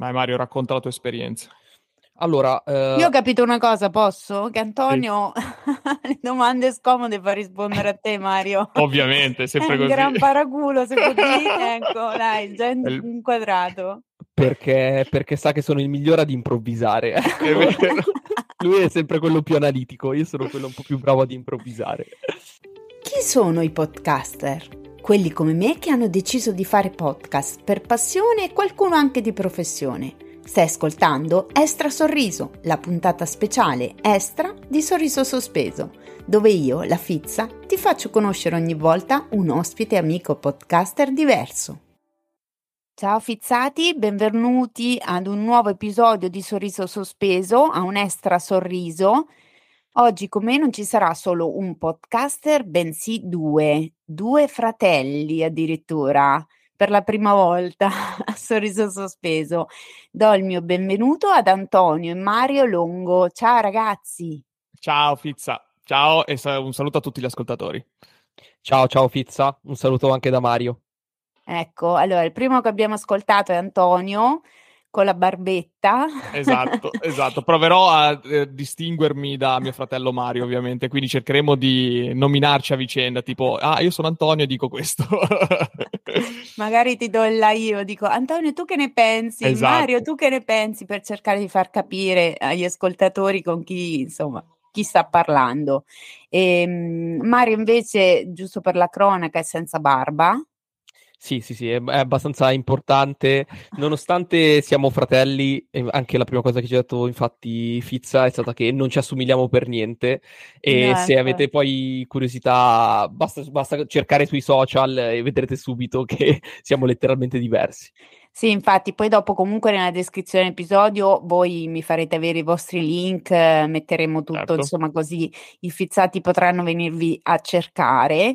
Vai Mario, racconta la tua esperienza. Allora, Io ho capito una cosa, posso? Che Sì. Antonio le domande scomode fa rispondere a te, Mario. Ovviamente, è È sempre un così. gran paraculo, se può dire. Ecco, dai, già È il- inquadrato. perché sa che sono il migliore ad improvvisare, È ecco. vero. Lui è sempre quello più analitico, io sono quello un po' più bravo ad improvvisare. Chi sono i podcaster? Quelli come me che hanno deciso di fare podcast per passione e qualcuno anche di professione. Stai ascoltando Extra Sorriso, la puntata speciale extra di Sorriso Sospeso, dove io, la Fizza, ti faccio conoscere ogni volta un ospite amico podcaster diverso. Ciao Fizzati, benvenuti ad un nuovo episodio di Sorriso Sospeso, a un Extra Sorriso. Oggi con me non ci sarà solo un podcaster, bensì due fratelli addirittura, per la prima volta a Sorriso Sospeso. Do il mio benvenuto ad Antonio e Mario Longo. Ciao ragazzi. Ciao Fizza, ciao e un saluto a tutti gli ascoltatori. Ciao Fizza, un saluto anche da Mario. Ecco, allora il primo che abbiamo ascoltato è Antonio con la barbetta. Esatto. Proverò a distinguermi da mio fratello Mario, ovviamente, quindi cercheremo di nominarci a vicenda, tipo, io sono Antonio e dico questo. Magari ti do il là io, dico Antonio, tu che ne pensi? Mario, Esatto. tu che ne pensi? Per cercare di far capire agli ascoltatori con chi, insomma, chi sta parlando. Mario invece, giusto per la cronaca, è senza barba. Sì, è abbastanza importante, nonostante siamo fratelli, anche la prima cosa che ci ha detto infatti Fizza è stata che non ci assomigliamo per niente e se Ecco. avete poi curiosità basta cercare sui social e vedrete subito che siamo letteralmente diversi. Sì, infatti, poi dopo comunque nella descrizione dell'episodio voi mi farete avere i vostri link, metteremo tutto, Certo. insomma, così i fizzati potranno venirvi a cercare.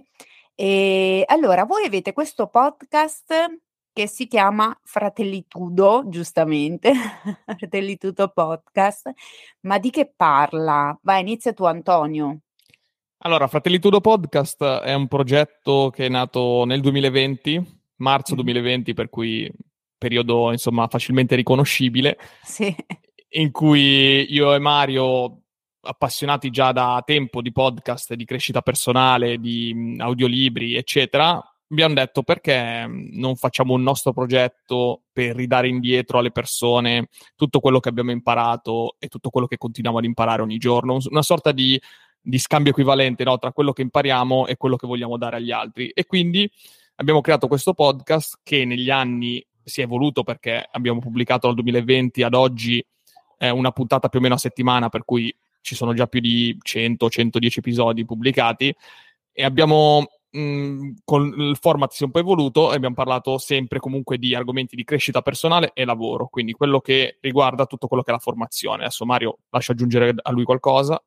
E allora, voi avete questo podcast che si chiama Fratellitudo, giustamente, Fratellitudo Podcast, ma di che parla? Vai, inizia tu, Antonio. Allora, Fratelli Tudo Podcast è un progetto che è nato nel 2020, marzo Mhm. 2020, per cui periodo, insomma, facilmente riconoscibile, Sì. in cui io e Mario, appassionati già da tempo di podcast, di crescita personale, di audiolibri, eccetera, abbiamo detto perché non facciamo un nostro progetto per ridare indietro alle persone tutto quello che abbiamo imparato e tutto quello che continuiamo ad imparare ogni giorno, una sorta di scambio equivalente, no, tra quello che impariamo e quello che vogliamo dare agli altri. E quindi abbiamo creato questo podcast che negli anni si è evoluto perché abbiamo pubblicato dal 2020 ad oggi una puntata più o meno a settimana, per cui ci sono già più di 100-110 episodi pubblicati e abbiamo con il format si è un po' evoluto e abbiamo parlato sempre comunque di argomenti di crescita personale e lavoro, quindi quello che riguarda tutto quello che è la formazione. Adesso Mario lascio aggiungere a lui qualcosa.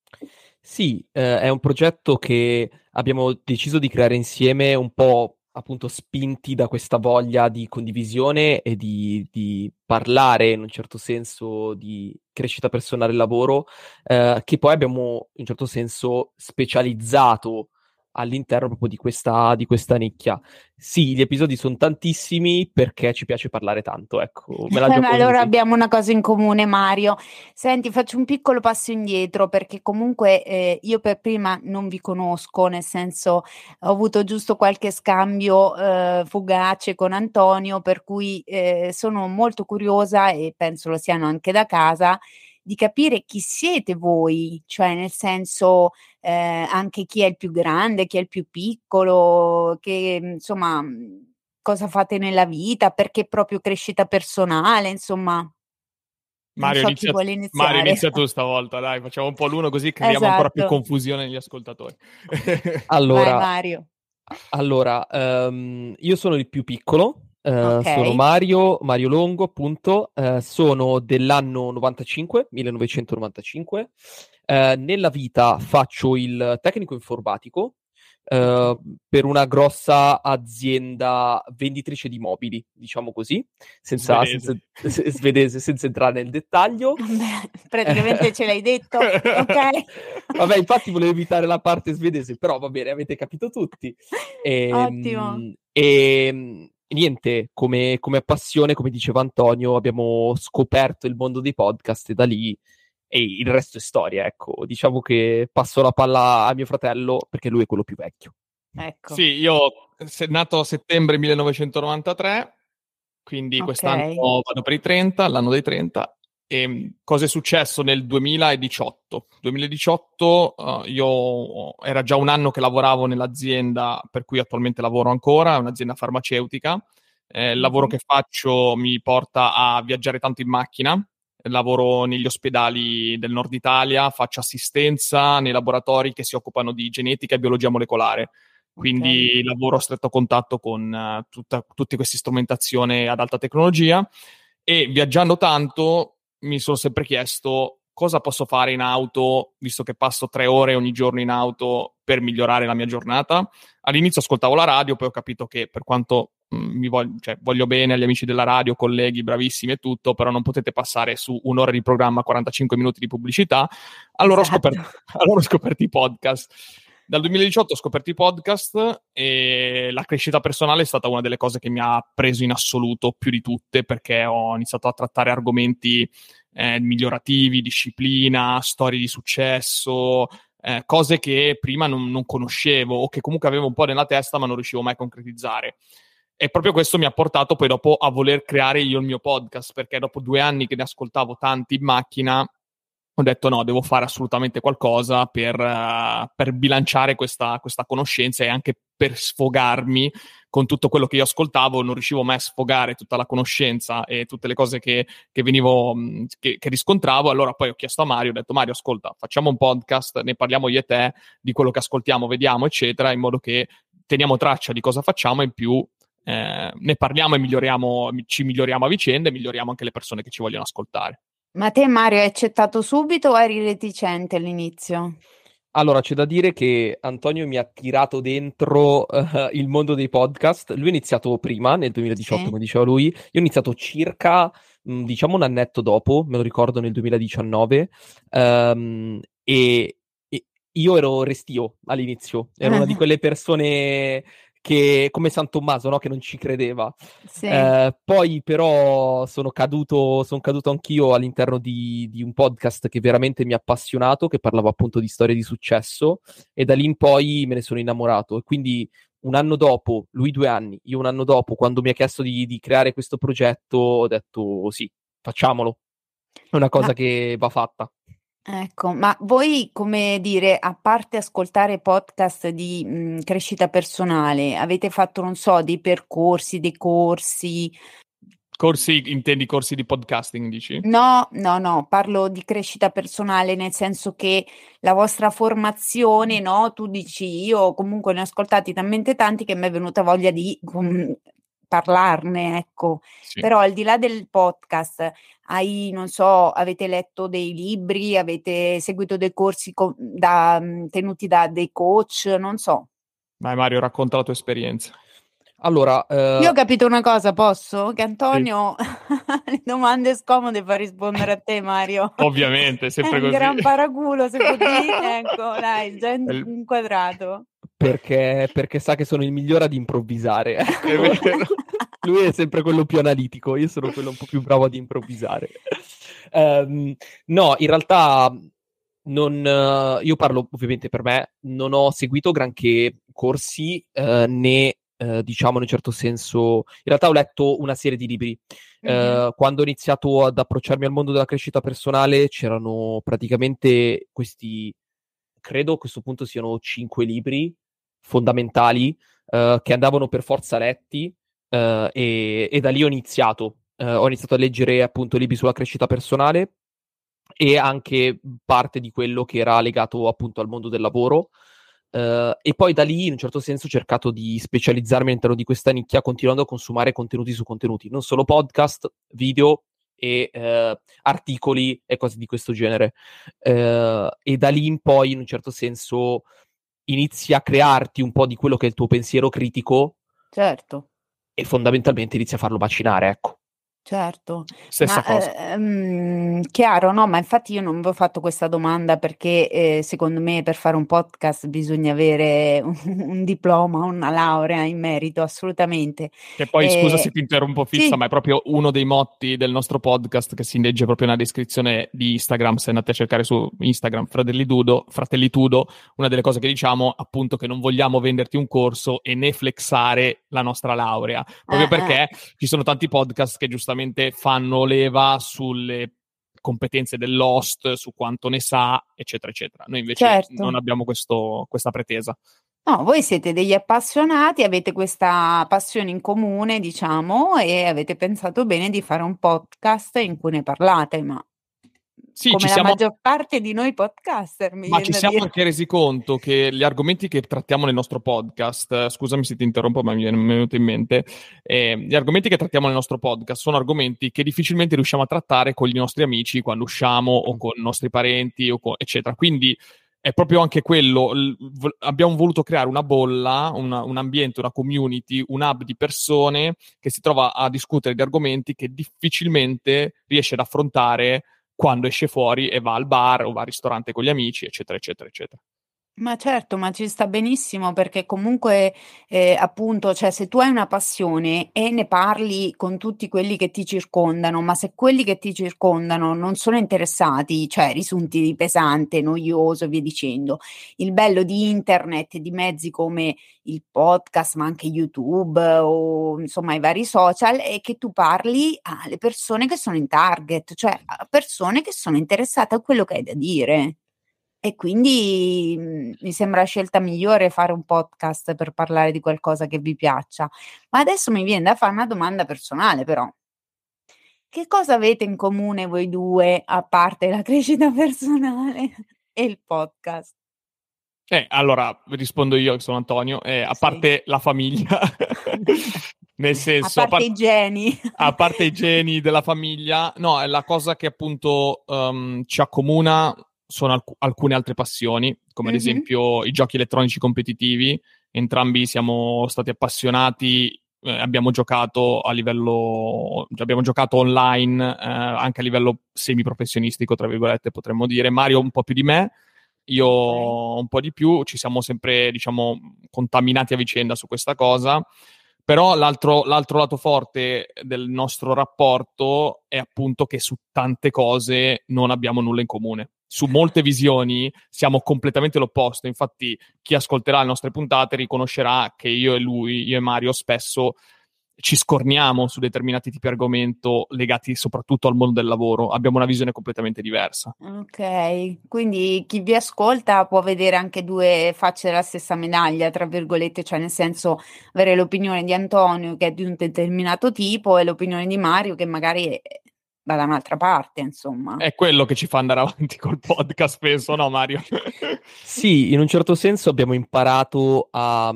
Sì, è un progetto che abbiamo deciso di creare insieme un po' appunto spinti da questa voglia di condivisione e di parlare in un certo senso di crescita personale e lavoro, che poi abbiamo in un certo senso specializzato all'interno proprio di questa nicchia. Sì, gli episodi sono tantissimi perché ci piace parlare tanto, ecco, me la gioco Allora così. abbiamo una cosa in comune, Mario. Senti, faccio un piccolo passo indietro perché comunque io per prima non vi conosco, nel senso ho avuto giusto qualche scambio fugace con Antonio, per cui sono molto curiosa e penso lo siano anche da casa di capire chi siete voi, cioè nel senso anche chi è il più grande, chi è il più piccolo, che insomma cosa fate nella vita, perché proprio crescita personale, insomma, non Mario so chi inizia, vuole Mario, iniziare. inizia tu stavolta, dai, facciamo un po' l'uno così creiamo ancora più Esatto, confusione negli ascoltatori. vai Allora, Mario. io sono il più piccolo, Ok, sono Mario Longo, appunto, sono dell'anno 95, 1995. Nella vita faccio il tecnico informatico, ok. eh, per una grossa azienda venditrice di mobili, diciamo così, Svedese. svedese, senza entrare nel dettaglio. Vabbè, praticamente ce l'hai detto, ok? Vabbè, infatti volevo evitare la parte svedese, però va bene, avete capito tutti. Ottimo. niente, come passione, come diceva Antonio, abbiamo scoperto il mondo dei podcast e da lì e il resto è storia, ecco. Diciamo che passo la palla a mio fratello perché lui è quello più vecchio. Ecco. Sì, io nato a settembre 1993, quindi quest'anno vado per i 30, l'anno dei 30. E cosa è successo nel 2018? 2018 io era già un anno che lavoravo nell'azienda per cui attualmente lavoro ancora, è un'azienda farmaceutica. Il lavoro che faccio mi porta a viaggiare tanto in macchina. Lavoro negli ospedali del nord Italia, faccio assistenza nei laboratori che si occupano di genetica e biologia molecolare. Quindi lavoro a stretto contatto con tutte queste strumentazioni ad alta tecnologia e viaggiando tanto mi sono sempre chiesto cosa posso fare in auto, visto che passo 3 ore ogni giorno in auto per migliorare la mia giornata. All'inizio ascoltavo la radio, poi ho capito che per quanto voglio bene agli amici della radio, colleghi bravissimi e tutto, però non potete passare su un'ora di programma 45 minuti di pubblicità. Allora ho scoperto i podcast. Dal 2018 ho scoperto i podcast e la crescita personale è stata una delle cose che mi ha preso in assoluto più di tutte, perché ho iniziato a trattare argomenti migliorativi, disciplina, storie di successo, cose che prima non conoscevo o che comunque avevo un po' nella testa ma non riuscivo mai a concretizzare. E proprio questo mi ha portato poi dopo a voler creare io il mio podcast, perché dopo 2 anni che ne ascoltavo tanti in macchina ho detto no, devo fare assolutamente qualcosa per bilanciare questa conoscenza e anche per sfogarmi con tutto quello che io ascoltavo. Non riuscivo mai a sfogare tutta la conoscenza e tutte le cose che riscontravo. Allora poi ho chiesto a Mario, ho detto Mario, ascolta, facciamo un podcast, ne parliamo io e te di quello che ascoltiamo, vediamo, eccetera, in modo che teniamo traccia di cosa facciamo e in più ne parliamo e ci miglioriamo a vicenda e miglioriamo anche le persone che ci vogliono ascoltare. Ma te, Mario, hai accettato subito o eri reticente all'inizio? Allora, c'è da dire che Antonio mi ha tirato dentro il mondo dei podcast. Lui ha iniziato prima, nel 2018, come diceva lui. Io ho iniziato circa, diciamo, un annetto dopo, me lo ricordo, nel 2019. E io ero restio all'inizio. Ero una di quelle persone che, come San Tommaso, no? Che non ci credeva. Sì. Poi però sono caduto anch'io all'interno di un podcast che veramente mi ha appassionato, che parlava appunto di storie di successo, e da lì in poi me ne sono innamorato. E quindi un anno dopo, lui 2 anni, io un anno dopo, quando mi ha chiesto di creare questo progetto, ho detto sì, facciamolo. È una cosa che va fatta. Ecco, ma voi, come dire, a parte ascoltare podcast di crescita personale, avete fatto, non so, dei percorsi, dei corsi? Corsi, intendi corsi di podcasting, dici? No, parlo di crescita personale, nel senso che la vostra formazione, no? Tu dici, io comunque ne ho ascoltati talmente tanti che mi è venuta voglia di parlarne, ecco. Sì. Però al di là del podcast, non so, avete letto dei libri, avete seguito dei corsi tenuti da dei coach, non so. Vai Mario, racconta la tua esperienza. Allora, io ho capito una cosa, posso? Che Antonio Sì. le domande scomode fa rispondere a te, Mario. Ovviamente, sempre è un così. gran paraculo, se può dire. Ecco, dai, già inquadrato. Perché sa che sono il migliore ad improvvisare. Ecco. È vero. Lui è sempre quello più analitico, io sono quello un po' più bravo ad improvvisare. No, in realtà io parlo ovviamente per me, non ho seguito granché corsi né diciamo in un certo senso, in realtà ho letto una serie di libri. Quando ho iniziato ad approcciarmi al mondo della crescita personale c'erano praticamente questi, credo a questo punto siano 5 libri fondamentali che andavano per forza letti e da lì ho iniziato a leggere appunto libri sulla crescita personale e anche parte di quello che era legato appunto al mondo del lavoro. E poi da lì in un certo senso ho cercato di specializzarmi all'interno di questa nicchia continuando a consumare contenuti su contenuti, non solo podcast, video e articoli e cose di questo genere. E da lì in poi in un certo senso inizi a crearti un po' di quello che è il tuo pensiero critico. Certo. E fondamentalmente inizi a farlo macinare, ecco. Certo, Stessa cosa. chiaro, no, ma infatti io non vi ho fatto questa domanda perché secondo me per fare un podcast bisogna avere un diploma, una laurea in merito, assolutamente. Che poi, scusa se ti interrompo Fizza, Sì, ma è proprio uno dei motti del nostro podcast che si legge proprio nella descrizione di Instagram. Se andate a cercare su Instagram Fratellitudo, una delle cose che diciamo appunto che non vogliamo venderti un corso e né flexare la nostra laurea, proprio eh. perché ci sono tanti podcast che giustamente fanno leva sulle competenze dell'host, su quanto ne sa, eccetera, eccetera. Noi invece non Certo. abbiamo questa pretesa. No, voi siete degli appassionati, avete questa passione in comune, diciamo, e avete pensato bene di fare un podcast in cui ne parlate, ma Sì, come la maggior parte di noi podcaster, mi ma viene ci da siamo dire. anche resi conto che gli argomenti che trattiamo nel nostro podcast, scusami se ti interrompo, ma mi è venuto in mente, gli argomenti che trattiamo nel nostro podcast sono argomenti che difficilmente riusciamo a trattare con i nostri amici quando usciamo o con i nostri parenti, eccetera. Quindi è proprio anche quello, abbiamo voluto creare una bolla, un ambiente, una community, un hub di persone che si trova a discutere di argomenti che difficilmente riesce ad affrontare quando esce fuori e va al bar o va al ristorante con gli amici, eccetera, eccetera, eccetera. Ma certo, ma ci sta benissimo perché comunque, appunto, cioè se tu hai una passione e ne parli con tutti quelli che ti circondano, ma se quelli che ti circondano non sono interessati, cioè risulti di pesante, noioso e via dicendo. Il bello di internet e di mezzi come il podcast, ma anche YouTube o insomma i vari social, è che tu parli alle persone che sono in target, cioè a persone che sono interessate a quello che hai da dire. E quindi, mi sembra la scelta migliore fare un podcast per parlare di qualcosa che vi piaccia. Ma adesso mi vien da fare una domanda personale però. Che cosa avete in comune voi 2 a parte la crescita personale e il podcast? Allora rispondo io, che sono Antonio, a Sì. parte la famiglia, nel A senso, parte i geni. a parte i geni della famiglia, no, è la cosa che appunto ci accomuna sono alcune altre passioni, come ad Mh-mh. esempio i giochi elettronici competitivi. Entrambi siamo stati appassionati, abbiamo giocato a livello, abbiamo giocato online, anche a livello semiprofessionistico, tra virgolette, potremmo dire. Mario un po' più di me, Okay. io un po' di più, ci siamo sempre, diciamo, contaminati a vicenda su questa cosa. Però l'altro lato forte del nostro rapporto è appunto che su tante cose non abbiamo nulla in comune. Su molte visioni siamo completamente l'opposto. Infatti, chi ascolterà le nostre puntate riconoscerà che io e lui, io e Mario, spesso ci scorniamo su determinati tipi di argomento legati soprattutto al mondo del lavoro. Abbiamo una visione completamente diversa. Okay, quindi chi vi ascolta può vedere anche 2 facce della stessa medaglia, tra virgolette, cioè nel senso avere l'opinione di Antonio che è di un determinato tipo e l'opinione di Mario che magari, va da un'altra parte, insomma. È quello che ci fa andare avanti col podcast, penso, no, Mario? Sì, in un certo senso abbiamo imparato a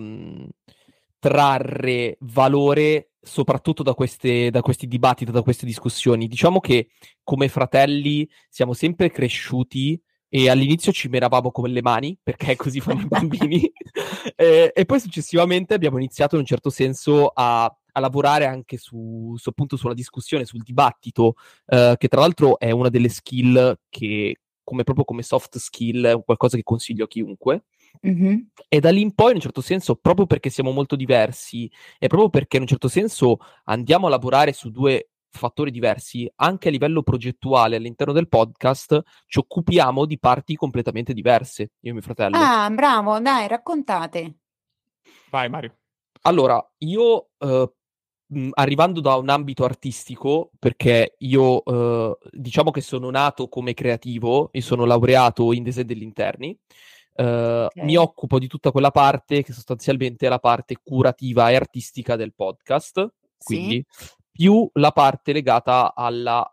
trarre valore soprattutto da questi dibattiti, da queste discussioni. Diciamo che come fratelli siamo sempre cresciuti e all'inizio ci menavamo come le mani, perché così fanno i bambini, e poi successivamente abbiamo iniziato in un certo senso a lavorare anche appunto sulla discussione, sul dibattito, che tra l'altro è una delle skill che proprio come soft skill, è qualcosa che consiglio a chiunque. Mh-mh. E da lì in poi, in un certo senso, proprio perché siamo molto diversi e proprio perché in un certo senso andiamo a lavorare su due fattori diversi, anche a livello progettuale all'interno del podcast ci occupiamo di parti completamente diverse, io e mio fratello. Ah, bravo, dai, raccontate. Vai, Mario. Allora, io arrivando da un ambito artistico, perché io diciamo che sono nato come creativo, io sono laureato in design degli interni, mi Okay, occupo di tutta quella parte che sostanzialmente è la parte curativa e artistica del podcast, sì. quindi più la parte legata alla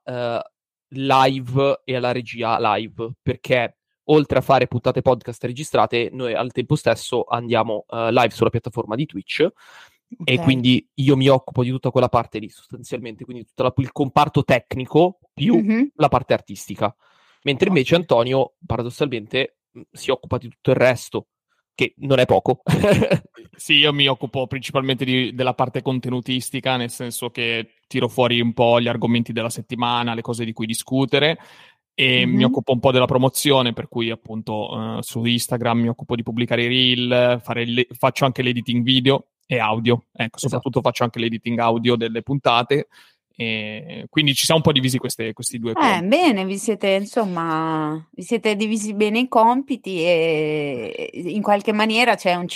live e alla regia live, perché oltre a fare puntate podcast registrate, noi al tempo stesso andiamo live sulla piattaforma di Twitch e Okay. quindi io mi occupo di tutta quella parte lì, sostanzialmente, quindi tutto il comparto tecnico più Mh-mh. la parte artistica. Mentre invece Okay. Antonio, paradossalmente, si occupa di tutto il resto, che non è poco. Sì, io mi occupo principalmente della parte contenutistica, nel senso che tiro fuori un po' gli argomenti della settimana, le cose di cui discutere, e mi occupo un po' della promozione, per cui appunto su Instagram mi occupo di pubblicare i reel, faccio anche l'editing video e audio, ecco, soprattutto faccio anche l'editing audio delle puntate, e quindi ci siamo un po' divisi questi due compiti. Bene, vi siete divisi bene i compiti e in qualche maniera c'è un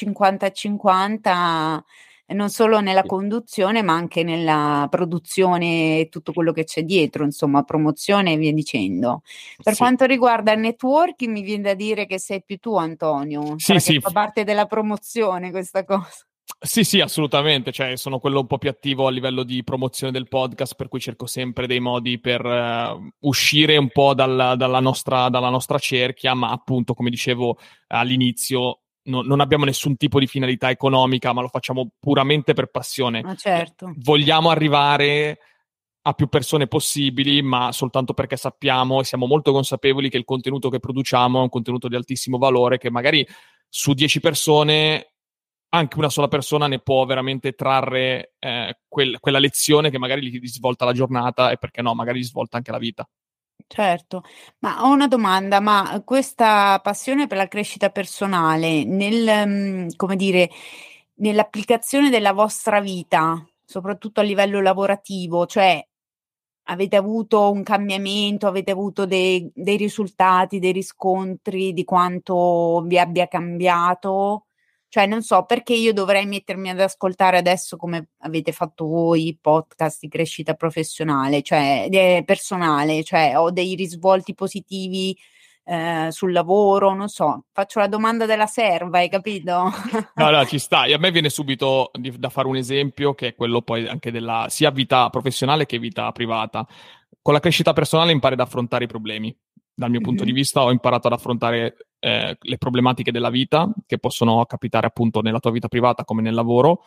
50-50 non solo nella conduzione ma anche nella produzione e tutto quello che c'è dietro, insomma, promozione e via dicendo. Per quanto riguarda il networking, mi viene da dire che sei più tu, Antonio, che fa parte della promozione questa cosa. Sì, assolutamente, cioè sono quello un po' più attivo a livello di promozione del podcast, per cui cerco sempre dei modi per uscire un po' dalla nostra cerchia, ma appunto, come dicevo all'inizio, non abbiamo nessun tipo di finalità economica, ma lo facciamo puramente per passione. Ma certo. Vogliamo arrivare a più persone possibili, ma soltanto perché sappiamo e siamo molto consapevoli che il contenuto che produciamo è un contenuto di altissimo valore, che magari su 10 persone anche una sola persona ne può veramente trarre quella lezione che magari gli svolta la giornata e, perché no, magari gli svolta anche la vita. Certo, ma ho una domanda, ma questa passione per la crescita personale, come dire, nell'applicazione della vostra vita, soprattutto a livello lavorativo, cioè avete avuto un cambiamento, avete avuto dei risultati, dei riscontri di quanto vi abbia cambiato? Cioè, non so, perché io dovrei mettermi ad ascoltare adesso, come avete fatto voi, podcast di crescita professionale, cioè personale, cioè ho dei risvolti positivi sul lavoro, non so, faccio la domanda della serva, hai capito? No, ci sta. E a me viene subito da fare un esempio, che è quello poi anche della sia vita professionale che vita privata. Con la crescita personale impari ad affrontare i problemi. Dal mio punto di vista ho imparato ad affrontare le problematiche della vita, che possono capitare appunto nella tua vita privata come nel lavoro,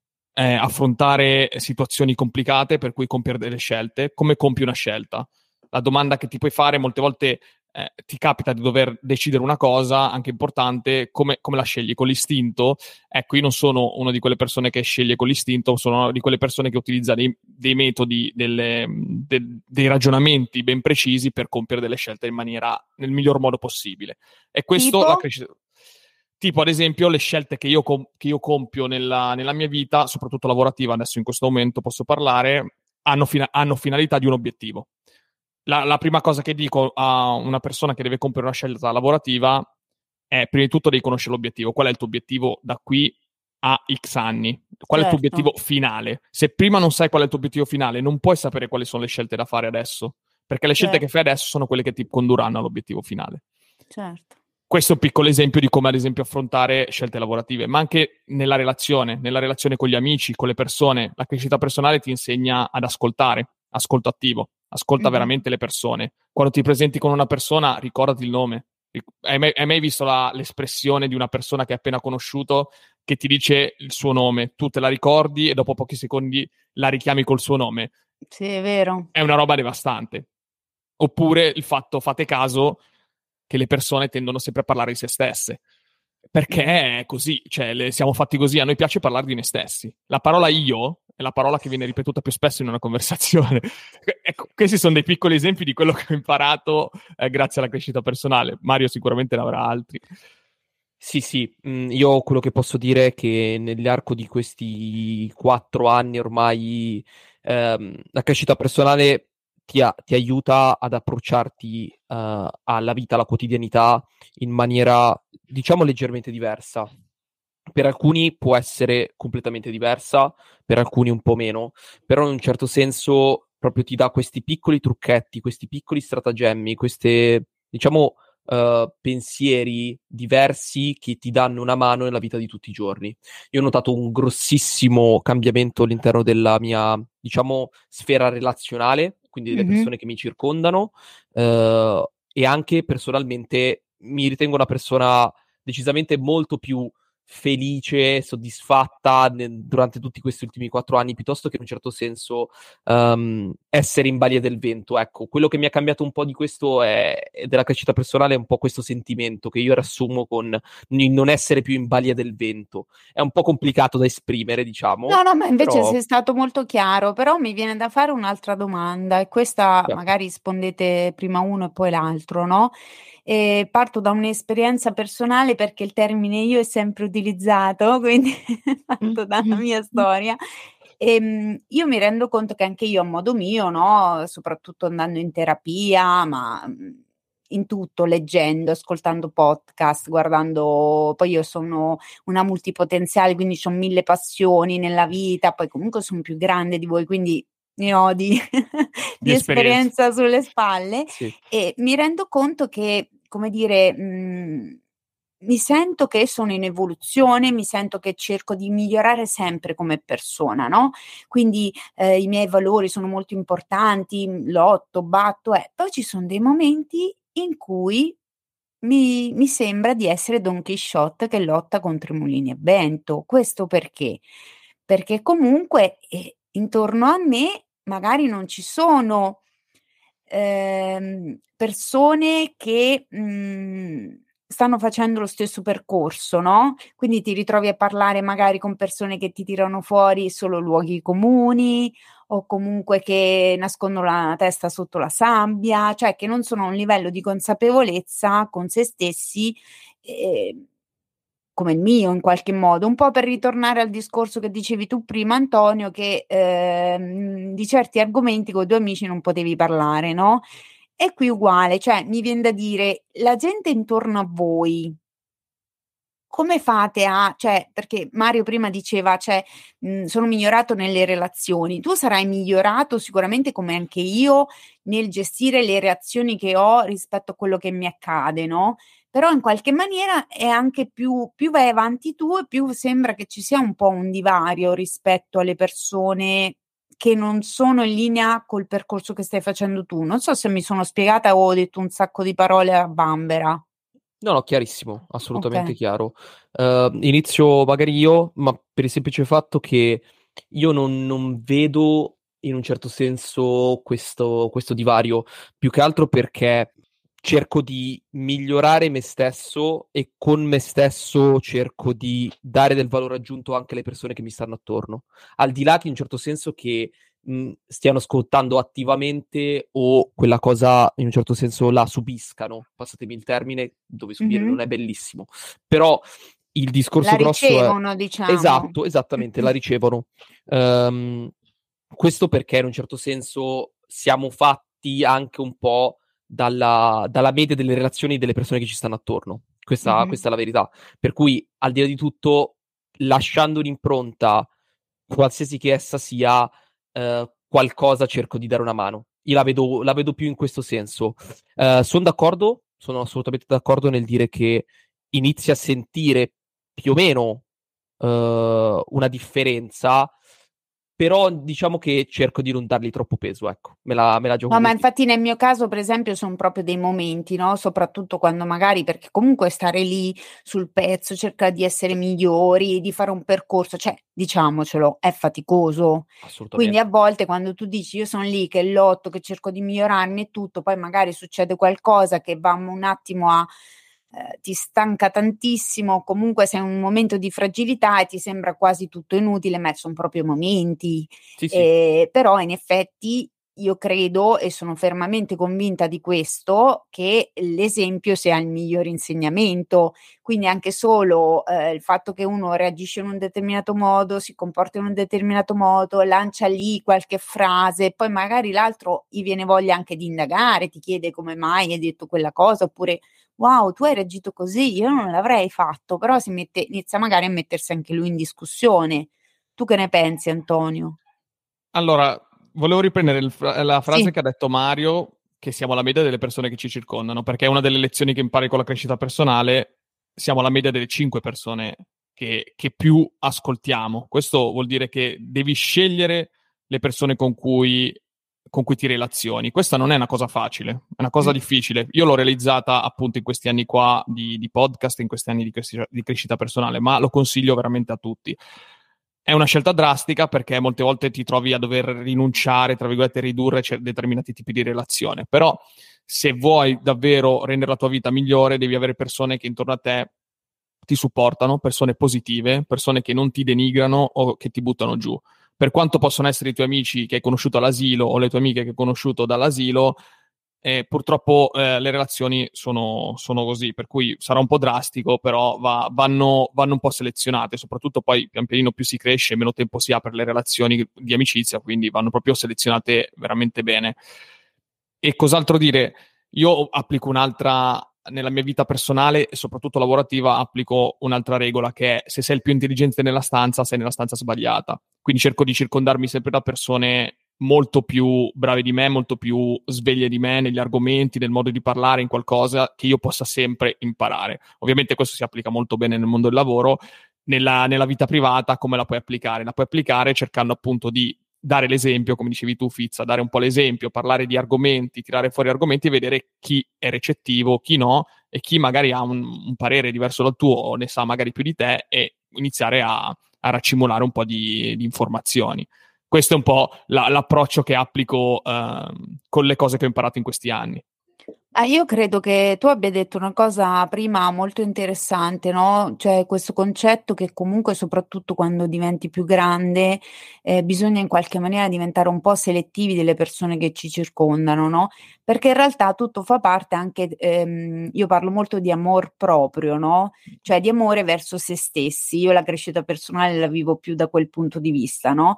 affrontare situazioni complicate per cui compiere delle scelte. Come compi una scelta? La domanda che ti puoi fare molte volte, ti capita di dover decidere una cosa anche importante, come la scegli? Con l'istinto? Ecco, io non sono una di quelle persone che sceglie con l'istinto, sono una di quelle persone che utilizza dei metodi, dei ragionamenti ben precisi per compiere delle scelte nel miglior modo possibile. E questo la crescita. Tipo, ad esempio, le scelte che io compio nella mia vita, soprattutto lavorativa, adesso in questo momento posso parlare, hanno finalità di un obiettivo. La prima cosa che dico a una persona che deve compiere una scelta lavorativa è, prima di tutto, devi conoscere l'obiettivo. Qual è il tuo obiettivo da qui a X anni? Qual è il tuo obiettivo finale? Se prima non sai qual è il tuo obiettivo finale, non puoi sapere quali sono le scelte da fare adesso, perché le scelte che fai adesso sono quelle che ti condurranno all'obiettivo finale. Certo. Questo è un piccolo esempio di come, ad esempio, affrontare scelte lavorative, ma anche nella relazione con gli amici, con le persone. La crescita personale ti insegna ad ascoltare, ascolto attivo, ascolta veramente le persone. Quando ti presenti con una persona, ricordati il nome. Hai mai visto l'espressione di una persona che hai appena conosciuto che ti dice il suo nome? Tu te la ricordi e dopo pochi secondi la richiami col suo nome. Sì, è vero. È una roba devastante. Oppure il fatto, fate caso, che le persone tendono sempre a parlare di se stesse. Perché è così, cioè siamo fatti così, a noi piace parlare di noi stessi. La parola io è la parola che viene ripetuta più spesso in una conversazione. Ecco, questi sono dei piccoli esempi di quello che ho imparato grazie alla crescita personale. Mario sicuramente ne avrà altri. Sì, io quello che posso dire è che nell'arco di questi 4 anni ormai la crescita personale ti aiuta ad approcciarti alla vita, alla quotidianità in maniera, diciamo, leggermente diversa. Per alcuni può essere completamente diversa, per alcuni un po' meno, però in un certo senso proprio ti dà questi piccoli trucchetti, questi piccoli stratagemmi, queste, diciamo, pensieri diversi che ti danno una mano nella vita di tutti i giorni. Io ho notato un grossissimo cambiamento all'interno della mia, diciamo, sfera relazionale, quindi delle persone che mi circondano, e anche personalmente mi ritengo una persona decisamente molto più felice, soddisfatta durante tutti questi ultimi 4 anni, piuttosto che in un certo senso essere in balia del vento. Ecco, quello che mi ha cambiato un po' di questo della crescita personale è un po' questo sentimento che io riassumo con non essere più in balia del vento. È un po' complicato da esprimere, diciamo. No, ma invece però sei stato molto chiaro, però mi viene da fare un'altra domanda e questa certo. magari rispondete prima uno e poi l'altro, no? E parto da un'esperienza personale perché il termine io è sempre utilizzato, quindi parto dalla mia storia. Io mi rendo conto che anche io a modo mio, no? Soprattutto andando in terapia, ma in tutto, leggendo, ascoltando podcast, guardando, poi io sono una multipotenziale, quindi ho 1000 passioni nella vita, poi comunque sono più grande di voi, quindi ne ho di, Di di esperienza. esperienza sulle spalle Sì. e mi rendo conto che, come dire, mi sento che sono in evoluzione, mi sento che cerco di migliorare sempre come persona, no? Quindi i miei valori sono molto importanti, lotto, batto, poi ci sono dei momenti in cui mi sembra di essere Don Chisciotte che lotta contro i mulini a vento. Questo perché? Perché comunque intorno a me magari non ci sono persone che stanno facendo lo stesso percorso, no? Quindi ti ritrovi a parlare magari con persone che ti tirano fuori solo luoghi comuni o comunque che nascondono la testa sotto la sabbia, cioè che non sono a un livello di consapevolezza con se stessi come il mio in qualche modo, un po' per ritornare al discorso che dicevi tu prima, Antonio, che di certi argomenti con i tuoi amici non potevi parlare, no? E qui uguale, cioè mi viene da dire, la gente intorno a voi, come fate cioè, perché Mario prima diceva, cioè, sono migliorato nelle relazioni, tu sarai migliorato sicuramente come anche io nel gestire le reazioni che ho rispetto a quello che mi accade, no? Però in qualche maniera è anche più vai avanti tu e più sembra che ci sia un po' un divario rispetto alle persone che non sono in linea col percorso che stai facendo tu. Non so se mi sono spiegata o ho detto un sacco di parole a bambera. No, chiarissimo, assolutamente Ok. chiaro. Inizio magari io, ma per il semplice fatto che io non vedo in un certo senso questo divario, più che altro perché cerco di migliorare me stesso e con me stesso cerco di dare del valore aggiunto anche alle persone che mi stanno attorno, al di là che in un certo senso che stiano ascoltando attivamente o quella cosa in un certo senso la subiscano, passatemi il termine, dove subire non Mhm. è bellissimo, però il La discorso grosso è ricevono, diciamo. esatto, esattamente, la ricevono. Ehm, Questo perché in un certo senso siamo fatti anche un po' dalla media delle relazioni delle persone che ci stanno attorno. Questa Mhm. è la verità. Per cui, al di là di tutto, lasciando un'impronta, qualsiasi che essa sia, qualcosa cerco di dare una mano. Io la vedo più in questo senso. Sono d'accordo, sono assolutamente d'accordo nel dire che inizi a sentire più o meno una differenza, però diciamo che cerco di non dargli troppo peso, ecco, me la gioco No, ma così. infatti nel mio caso, per esempio, sono proprio dei momenti, no? Soprattutto quando magari, perché comunque stare lì sul pezzo, cercare di essere migliori, di fare un percorso, cioè, diciamocelo, è faticoso. Quindi a Assolutamente. volte quando tu dici io sono lì che lotto, che cerco di migliorarmi e tutto, poi magari succede qualcosa che va un attimo ti stanca tantissimo, comunque sei in un momento di fragilità e ti sembra quasi tutto inutile, ma sono proprio momenti. Sì, sì. Però in effetti io credo e sono fermamente convinta di questo, che l'esempio sia il miglior insegnamento. Quindi anche solo il fatto che uno reagisce in un determinato modo, si comporta in un determinato modo, lancia lì qualche frase, poi magari l'altro gli viene voglia anche di indagare, ti chiede come mai hai detto quella cosa, oppure wow, tu hai reagito così, io non l'avrei fatto, però inizia magari a mettersi anche lui in discussione. Tu che ne pensi, Antonio? Allora, volevo riprendere la frase Sì. che ha detto Mario, che siamo la media delle persone che ci circondano, perché è una delle lezioni che impari con la crescita personale, siamo la media delle 5 persone che più ascoltiamo. Questo vuol dire che devi scegliere le persone con cui con cui ti relazioni. Questa non è una cosa facile, è una cosa difficile. Io l'ho realizzata appunto in questi anni qua di podcast, in questi anni di crescita personale, ma lo consiglio veramente a tutti. È una scelta drastica perché molte volte ti trovi a dover rinunciare, tra virgolette, ridurre determinati tipi di relazione. Però se vuoi davvero rendere la tua vita migliore, devi avere persone che intorno a te ti supportano, persone positive, persone che non ti denigrano o che ti buttano giù. Per quanto possono essere i tuoi amici che hai conosciuto all'asilo o le tue amiche che hai conosciuto dall'asilo, purtroppo le relazioni sono così, per cui sarà un po' drastico, però vanno un po' selezionate, soprattutto poi pian pianino più si cresce, meno tempo si ha per le relazioni di amicizia, quindi vanno proprio selezionate veramente bene. E cos'altro dire? Io applico un'altra, nella mia vita personale e soprattutto lavorativa, applico un'altra regola che è: se sei il più intelligente nella stanza, sei nella stanza sbagliata. Quindi cerco di circondarmi sempre da persone molto più brave di me, molto più sveglie di me negli argomenti, nel modo di parlare, in qualcosa che io possa sempre imparare. Ovviamente questo si applica molto bene nel mondo del lavoro. Nella vita privata come la puoi applicare? La puoi applicare cercando appunto di dare l'esempio, come dicevi tu Fizza, dare un po' l'esempio, parlare di argomenti, tirare fuori argomenti e vedere chi è recettivo, chi no, e chi magari ha un parere diverso dal tuo o ne sa magari più di te, e iniziare a raccimolare un po' di informazioni. Questo è un po' l'approccio che applico con le cose che ho imparato in questi anni. Io credo che tu abbia detto una cosa prima molto interessante, no? Cioè questo concetto che comunque, soprattutto quando diventi più grande, bisogna in qualche maniera diventare un po' selettivi delle persone che ci circondano, no? Perché in realtà tutto fa parte anche, io parlo molto di amor proprio, no? Cioè di amore verso se stessi. Io la crescita personale la vivo più da quel punto di vista, no?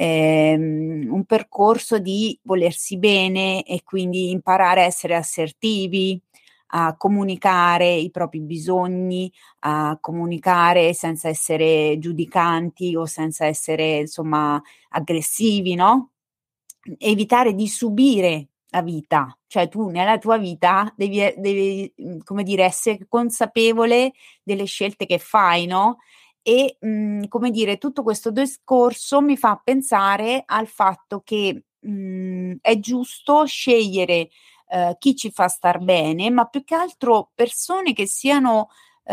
Un percorso di volersi bene e quindi imparare a essere assertivi, a comunicare i propri bisogni, a comunicare senza essere giudicanti o senza essere, insomma, aggressivi, no? Evitare di subire la vita, cioè tu nella tua vita devi, come dire, essere consapevole delle scelte che fai, no? E, come dire, tutto questo discorso mi fa pensare al fatto che, è giusto scegliere, chi ci fa star bene, ma più che altro persone che siano,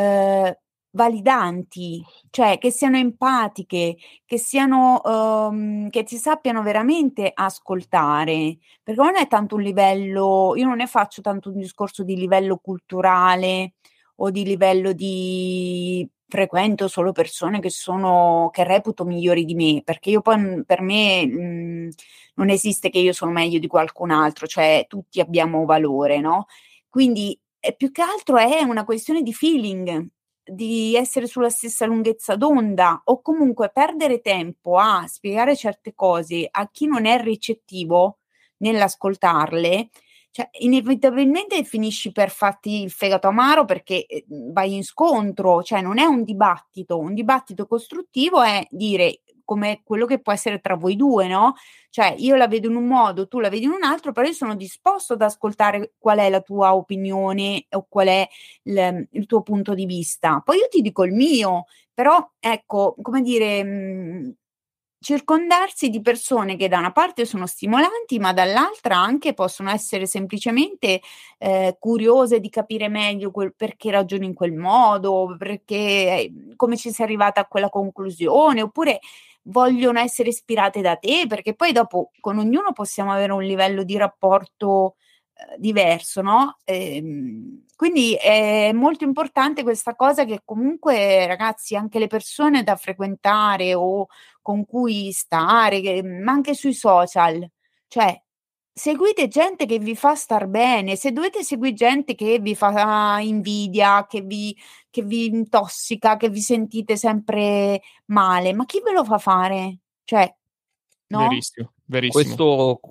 validanti, cioè che siano empatiche, che siano, che ti sappiano veramente ascoltare, perché non è tanto un livello, io non ne faccio tanto un discorso di livello culturale o di livello di frequento solo persone che reputo migliori di me, perché io poi per me non esiste che io sono meglio di qualcun altro, cioè tutti abbiamo valore, no? Quindi più che altro è una questione di feeling, di essere sulla stessa lunghezza d'onda o comunque perdere tempo a spiegare certe cose a chi non è ricettivo nell'ascoltarle, cioè inevitabilmente finisci per farti il fegato amaro perché vai in scontro, cioè non è un dibattito costruttivo è dire come quello che può essere tra voi due, no? Cioè io la vedo in un modo, tu la vedi in un altro, però io sono disposto ad ascoltare qual è la tua opinione o qual è il tuo punto di vista. Poi io ti dico il mio, però ecco, come dire, circondarsi di persone che da una parte sono stimolanti, ma dall'altra anche possono essere semplicemente curiose di capire meglio perché ragioni in quel modo, perché come ci sei arrivata a quella conclusione, oppure vogliono essere ispirate da te, perché poi dopo con ognuno possiamo avere un livello di rapporto diverso, no? Quindi è molto importante questa cosa che comunque, ragazzi, anche le persone da frequentare o con cui stare, ma anche sui social, cioè seguite gente che vi fa star bene, se dovete seguire gente che vi fa invidia, che vi intossica, che vi sentite sempre male, ma chi ve lo fa fare? Cioè, no? Verissimo, verissimo.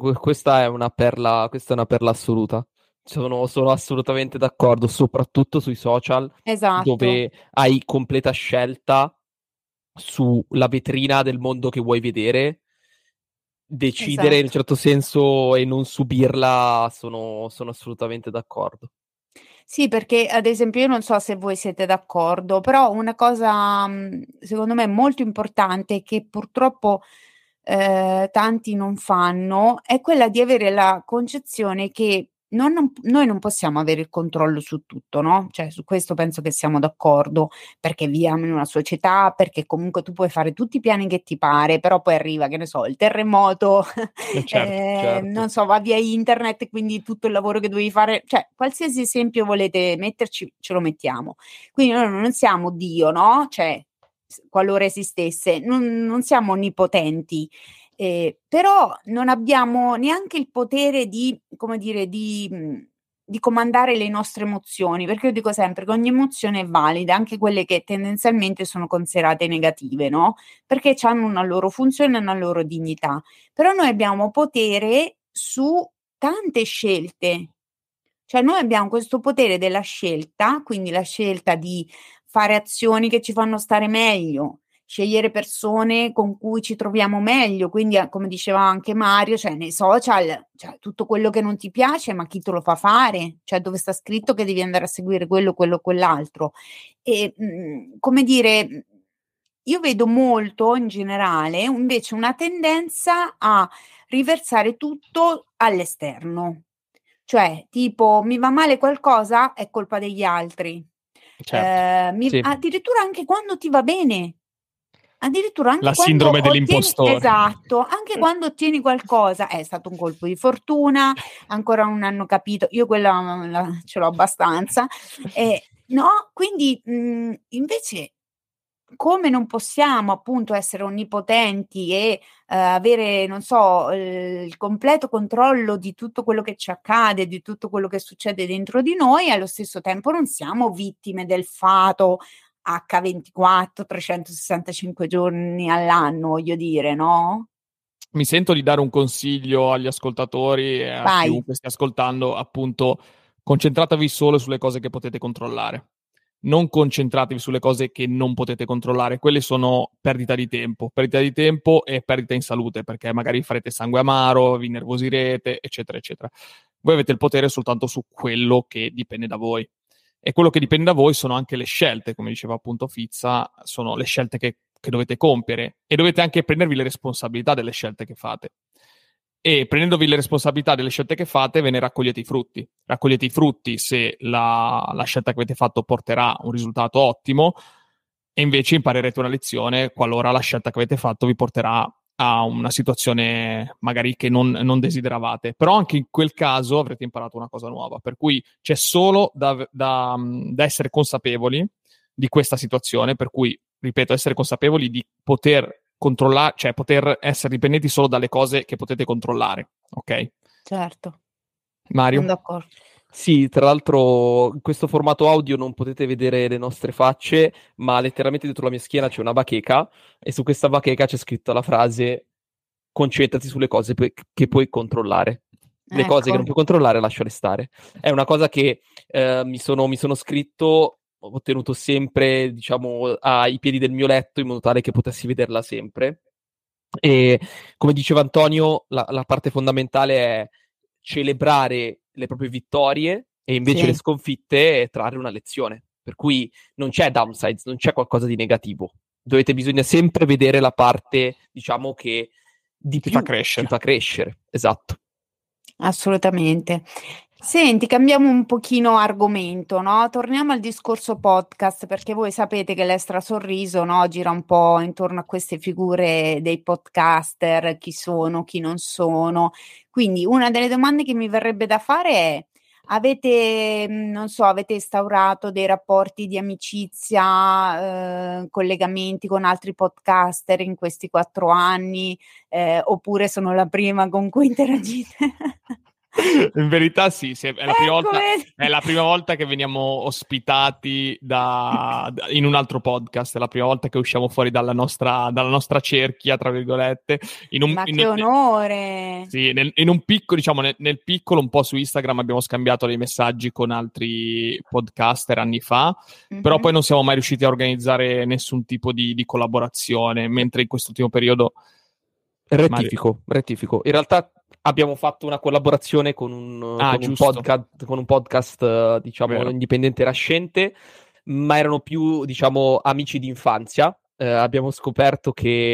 Questa è una perla assoluta. Sono assolutamente d'accordo, soprattutto sui social, Esatto, dove hai completa scelta sulla vetrina del mondo che vuoi vedere. Decidere in un esatto. certo senso e non subirla, sono assolutamente d'accordo. Sì, perché ad esempio io non so se voi siete d'accordo, però una cosa secondo me molto importante è che purtroppo tanti non fanno, è quella di avere la concezione che noi non possiamo avere il controllo su tutto, no? Cioè, su questo penso che siamo d'accordo, perché viviamo in una società, perché comunque tu puoi fare tutti i piani che ti pare, però poi arriva, che ne so, il terremoto, Certo. non so, va via internet, quindi tutto il lavoro che dovevi fare, cioè, qualsiasi esempio volete metterci, ce lo mettiamo. Quindi noi non siamo Dio, no? Cioè, qualora esistesse, non siamo onnipotenti. Però non abbiamo neanche il potere di, come dire, di comandare le nostre emozioni, perché io dico sempre che ogni emozione è valida, anche quelle che tendenzialmente sono considerate negative, no? Perché hanno una loro funzione e una loro dignità. Però noi abbiamo potere su tante scelte. Cioè noi abbiamo questo potere della scelta, quindi la scelta di fare azioni che ci fanno stare meglio, scegliere persone con cui ci troviamo meglio, quindi come diceva anche Mario, cioè nei social, cioè, tutto quello che non ti piace, ma chi te lo fa fare? Cioè dove sta scritto che devi andare a seguire quello, quell'altro? E come dire, io vedo molto in generale invece una tendenza a riversare tutto all'esterno. Cioè, tipo, mi va male qualcosa, è colpa degli altri. Certo. Sì. Addirittura anche quando ti va bene. Addirittura anche La quando sindrome ottieni, dell'impostore. esatto, anche quando ottieni qualcosa, è stato un colpo di fortuna, ancora non hanno capito, io quella ce l'ho abbastanza, no? Quindi invece come non possiamo appunto essere onnipotenti e avere, non so, il completo controllo di tutto quello che ci accade, di tutto quello che succede dentro di noi, allo stesso tempo non siamo vittime del fato H24, 365 giorni all'anno, voglio dire, no? Mi sento di dare un consiglio agli ascoltatori e a Vai. chiunque stia ascoltando, appunto, concentratevi solo sulle cose che potete controllare. Non concentratevi sulle cose che non potete controllare, quelle sono perdita di tempo e perdita in salute, perché magari farete sangue amaro, vi nervosirete, eccetera, eccetera. Voi avete il potere soltanto su quello che dipende da voi. E quello che dipende da voi sono anche le scelte, come diceva appunto Fizza, sono le scelte che dovete compiere e dovete anche prendervi le responsabilità delle scelte che fate. E prendendovi le responsabilità delle scelte che fate, ve ne raccogliete i frutti. Raccogliete i frutti se la scelta che avete fatto porterà un risultato ottimo, e invece imparerete una lezione qualora la scelta che avete fatto vi porterà a una situazione magari che non desideravate. Però anche in quel caso avrete imparato una cosa nuova, per cui c'è solo da essere consapevoli di questa situazione, per cui, ripeto, essere consapevoli di poter controllare, cioè poter essere dipendenti solo dalle cose che potete controllare, ok? Certo, Mario? sono d'accordo. Sì, tra l'altro in questo formato audio non potete vedere le nostre facce, ma letteralmente dietro la mia schiena c'è una bacheca e su questa bacheca c'è scritta la frase concentrati sulle cose che puoi controllare. Le cose che non Ecco, puoi controllare lasciale stare. È una cosa che mi sono scritto, ho tenuto sempre, diciamo, ai piedi del mio letto in modo tale che potessi vederla sempre. E come diceva Antonio, la parte fondamentale è celebrare le proprie vittorie e invece le sì. sconfitte trarre una lezione. Per cui non c'è downsides, non c'è qualcosa di negativo. Bisogna sempre vedere la parte, diciamo, che di Ti più fa ci crescere. fa crescere. Esatto. Assolutamente. Senti, cambiamo un pochino argomento, no? Torniamo al discorso podcast, perché voi sapete che l'Extra Sorriso, no, gira un po' intorno a queste figure dei podcaster, chi sono, chi non sono. Quindi una delle domande che mi verrebbe da fare è: avete, non so, avete instaurato dei rapporti di amicizia, collegamenti con altri podcaster in questi 4 anni? Oppure sono la prima con cui interagite? In verità sì, è Ecco, vedi. è la prima volta che veniamo ospitati in un altro podcast, è la prima volta che usciamo fuori dalla nostra cerchia, tra virgolette, Ma che onore! sì, in un piccolo, diciamo, nel piccolo, un po' su Instagram abbiamo scambiato dei messaggi con altri podcaster anni fa, però poi Mhm. non siamo mai riusciti a organizzare nessun tipo di collaborazione, mentre in quest'ultimo periodo... Mario... Rettifico. In realtà abbiamo fatto una collaborazione Ah, giusto, con un podcast, diciamo, vero. indipendente nascente, ma erano più, diciamo, amici di infanzia. Abbiamo scoperto che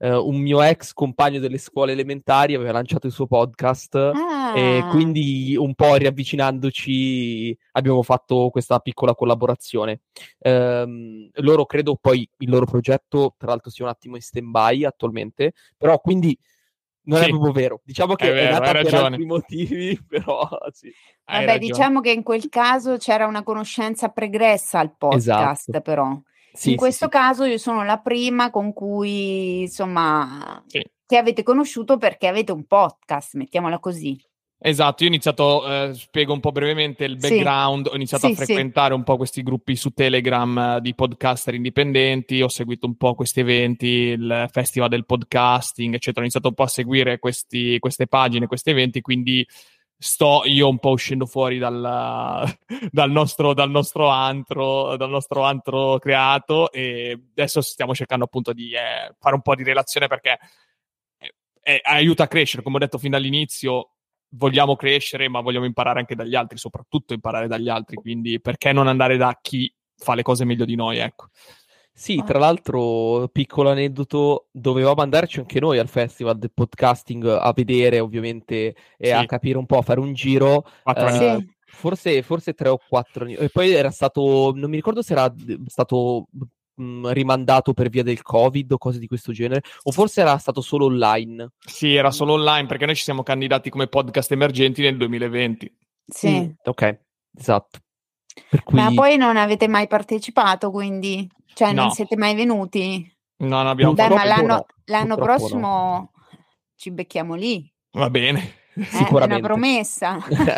un mio ex compagno delle scuole elementari aveva lanciato il suo podcast e quindi un po' riavvicinandoci abbiamo fatto questa piccola collaborazione. Loro credo poi il loro progetto tra l'altro sia un attimo in stand-by attualmente, però quindi non è Sì, proprio vero. Diciamo che è vero, nata hai per ragione. altri motivi, però sì. Hai Vabbè, ragione. diciamo che in quel caso c'era una conoscenza pregressa al podcast, Esatto. però. Sì, In questo sì. caso io sono la prima con cui, insomma, Sì. che avete conosciuto perché avete un podcast, mettiamola così. Esatto, io ho iniziato, spiego un po' brevemente il Sì. background, ho iniziato a Sì, sì. frequentare un po' questi gruppi su Telegram di podcaster indipendenti, ho seguito un po' questi eventi, il festival del podcasting, eccetera, ho iniziato un po' a seguire queste pagine, questi eventi, quindi sto io un po' uscendo fuori dal nostro antro creato e adesso stiamo cercando appunto di fare un po' di relazione perché aiuta a crescere, come ho detto fin dall'inizio vogliamo crescere, ma vogliamo imparare anche dagli altri, soprattutto imparare dagli altri, quindi perché non andare da chi fa le cose meglio di noi, ecco. Sì, tra l'altro, piccolo aneddoto, dovevamo andarci anche noi al Festival del Podcasting a vedere, ovviamente, e a Sì, capire un po', a fare un giro. 4 anni fa. Sì. Forse 3 o 4 anni. E poi era stato, non mi ricordo se era stato rimandato per via del Covid o cose di questo genere, o forse era stato solo online. Sì, era solo online perché noi ci siamo candidati come podcast emergenti nel 2020. Sì. Ok, esatto. Per Ma cui poi non avete mai partecipato, quindi? Cioè, non No, siete mai venuti? non abbiamo Beh, fatto. ma purtroppo no. l'anno Purtroppo no. prossimo ci becchiamo lì. Va bene. È una Sicuramente. promessa.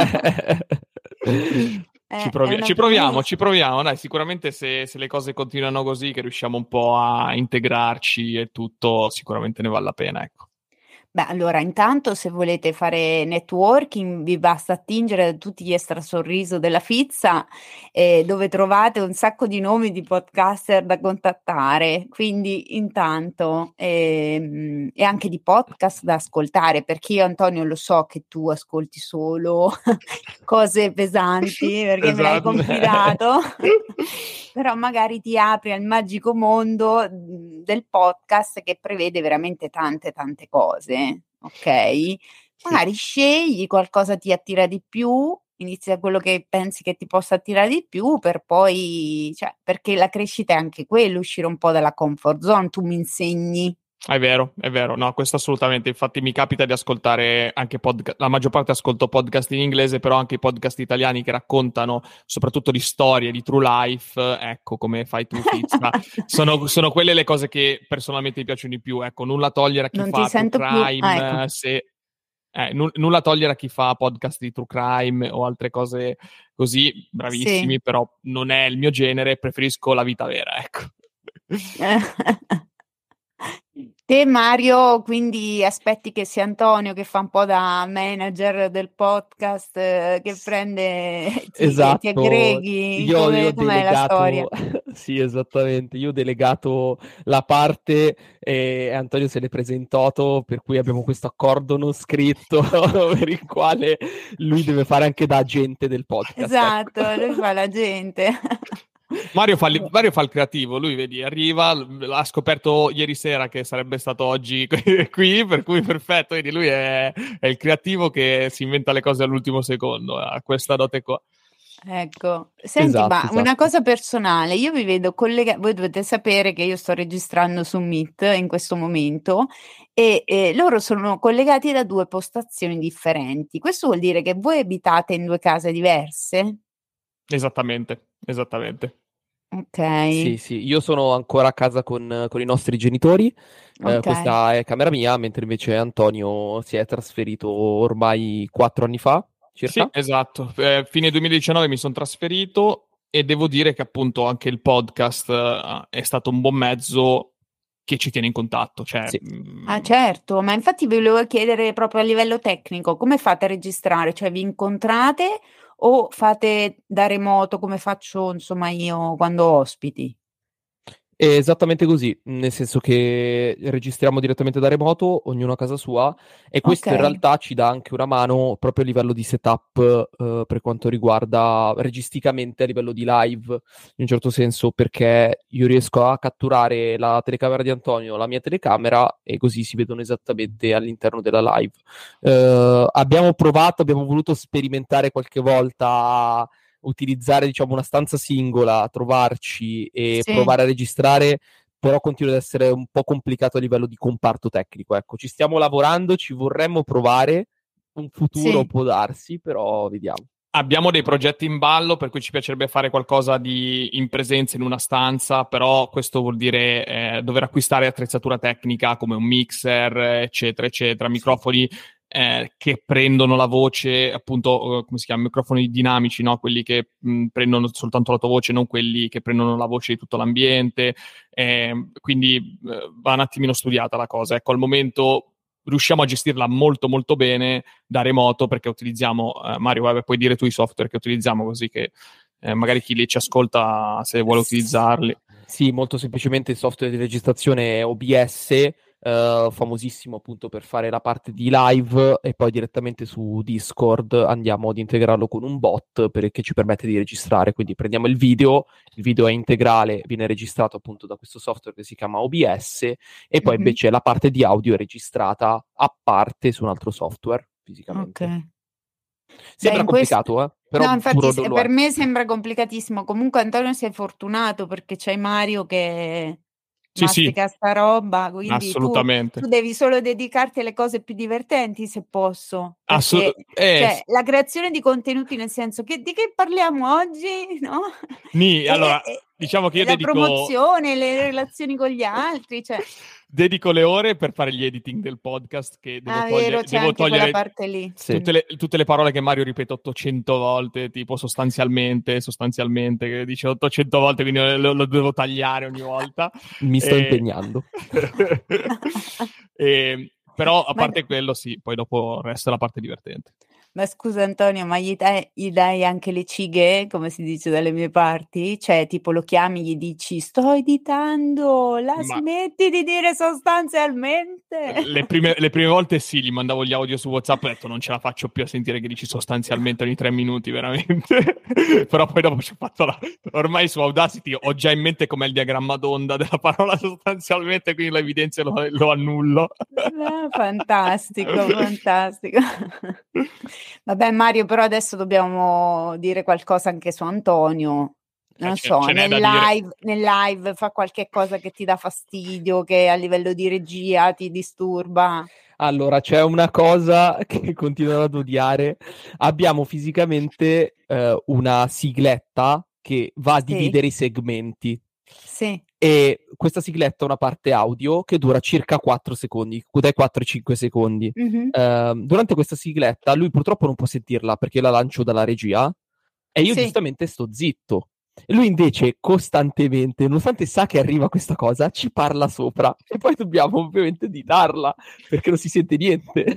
Ci È una proviamo, promessa. dai, sicuramente se le cose continuano così, che riusciamo un po' a integrarci e tutto, sicuramente ne vale la pena, ecco. Beh, allora, intanto se volete fare networking vi basta attingere da tutti gli extrasorriso della Fizza, dove trovate un sacco di nomi di podcaster da contattare, quindi intanto e anche di podcast da ascoltare, perché io Antonio lo so che tu ascolti solo cose pesanti, perché me l'hai Esatto. confidato, però magari ti apri al magico mondo del podcast che prevede veramente tante tante cose, ok? Magari scegli qualcosa ti attira di più, inizi da quello che pensi che ti possa attirare di più, per poi, cioè, perché la crescita è anche quello, uscire un po' dalla comfort zone, tu mi insegni. È vero, no, questo assolutamente. Infatti mi capita di ascoltare anche podcast, la maggior parte ascolto podcast in inglese, però anche i podcast italiani che raccontano soprattutto di storie, di true life, ecco, come fai tu, Fizza. Sono quelle le cose che personalmente mi piacciono di più, ecco, nulla togliere a chi Non ti fa true sento più. Ah, ecco. crime, nulla togliere a chi fa podcast di true crime o altre cose così, bravissimi, Sì. però non è il mio genere, preferisco la vita vera, ecco. Te Mario, quindi aspetti che sia Antonio che fa un po' da manager del podcast, che prende, ti Esatto, aggreghi, io ho com'è la storia? delegato, sì, esattamente, io ho delegato la parte e Antonio se l'è presentato, per cui abbiamo questo accordo non scritto per il quale lui deve fare anche da agente del podcast. Esatto, ecco. lui fa la gente. Mario fa il creativo, lui vedi, arriva, ha scoperto ieri sera che sarebbe stato oggi qui, per cui perfetto, vedi, lui è il creativo che si inventa le cose all'ultimo secondo, ha questa dote qua. Ecco, senti, Esatto, ma una esatto. cosa personale, io vi vedo collegati, voi dovete sapere che io sto registrando su Meet in questo momento e loro sono collegati da 2 postazioni differenti. Questo vuol dire che voi abitate in 2 case diverse? Esattamente. Sì, Ok, sì, io sono ancora a casa con i nostri genitori, ok. questa è camera mia, mentre invece Antonio si è trasferito ormai 4 anni fa, Sì, circa. esatto. Fine 2019 mi sono trasferito e devo dire che appunto anche il podcast è stato un buon mezzo che ci tiene in contatto, cioè Sì. Ah, certo, ma infatti vi volevo chiedere proprio a livello tecnico, come fate a registrare? Cioè vi incontrate o fate da remoto come faccio insomma io quando ospiti? È esattamente così, nel senso che registriamo direttamente da remoto, ognuno a casa sua, e questo in Ok, realtà ci dà anche una mano proprio a livello di setup, per quanto riguarda registicamente a livello di live, in un certo senso, perché io riesco a catturare la telecamera di Antonio, la mia telecamera, e così si vedono esattamente all'interno della live. Abbiamo voluto sperimentare qualche volta utilizzare, diciamo, una stanza singola, trovarci e sì, provare a registrare, però continua ad essere un po' complicato a livello di comparto tecnico. Ecco, ci stiamo lavorando, ci vorremmo provare, un futuro sì, può darsi, però vediamo. Abbiamo dei progetti in ballo per cui ci piacerebbe fare qualcosa di in presenza in una stanza, però questo vuol dire dover acquistare attrezzatura tecnica come un mixer, eccetera, eccetera, microfoni che prendono la voce, appunto, come si chiama? Microfoni dinamici, no? Quelli che prendono soltanto la tua voce, non quelli che prendono la voce di tutto l'ambiente. Quindi va un attimino studiata la cosa. Ecco, al momento riusciamo a gestirla molto molto bene da remoto perché utilizziamo, Mario, vabbè, puoi dire tu i software che utilizziamo così che magari chi li ci ascolta se vuole utilizzarli. Sì, molto semplicemente il software di registrazione è OBS, famosissimo appunto per fare la parte di live, e poi direttamente su Discord andiamo ad integrarlo con un bot che ci permette di registrare. Quindi prendiamo il video è integrale, viene registrato appunto da questo software che si chiama OBS, e poi mhm, invece la parte di audio è registrata a parte su un altro software ok. fisicamente. Beh, Sembra in questo... complicato, però No, infatti puro non lo per è. me sembra complicatissimo. Comunque Antonio sei fortunato perché c'hai Mario che Sì, sì, mastica sta roba, quindi tu assolutamente. devi solo dedicarti alle cose più divertenti se posso, perché cioè, la creazione di contenuti nel senso che di che parliamo oggi, no? Allora, diciamo che E io la dedico promozione, le relazioni con gli altri, cioè, dedico le ore per fare gli editing del podcast che ah, vero, c'è devo anche quella togliere parte lì. Sì. tutte le parole che Mario ripete 800 volte, tipo sostanzialmente, che dice 800 volte, quindi lo devo tagliare ogni volta. Mi sto E... impegnando. Però a Ma parte quello, sì, poi dopo resta la parte divertente. Ma scusa Antonio, ma gli dai anche le cighe, come si dice dalle mie parti? Cioè, tipo lo chiami, gli dici sto editando, la Ma smetti di dire sostanzialmente? le prime volte sì, gli mandavo gli audio su WhatsApp e ho detto non ce la faccio più a sentire che dici sostanzialmente ogni 3 minuti, veramente. Però poi dopo ci ho fatto ormai su Audacity ho già in mente com'è il diagramma d'onda della parola sostanzialmente, quindi lo evidenzio e lo annullo. Fantastico, fantastico. Vabbè Mario, però adesso dobbiamo dire qualcosa anche su Antonio. Non so, Ce n'è da dire. nel live fa qualche cosa che ti dà fastidio, che a livello di regia ti disturba. Allora, c'è una cosa che continuano ad odiare. Abbiamo fisicamente una sigletta che va a Sì, dividere i segmenti. sì. E questa sigletta ha una parte audio che dura circa 4 secondi, dai 4 ai 5 secondi. Mhm. Durante questa sigletta lui purtroppo non può sentirla perché la lancio dalla regia, e io Sì. giustamente sto zitto. E lui invece costantemente, nonostante sa che arriva questa cosa, ci parla sopra. E poi dobbiamo ovviamente editarla perché non si sente niente.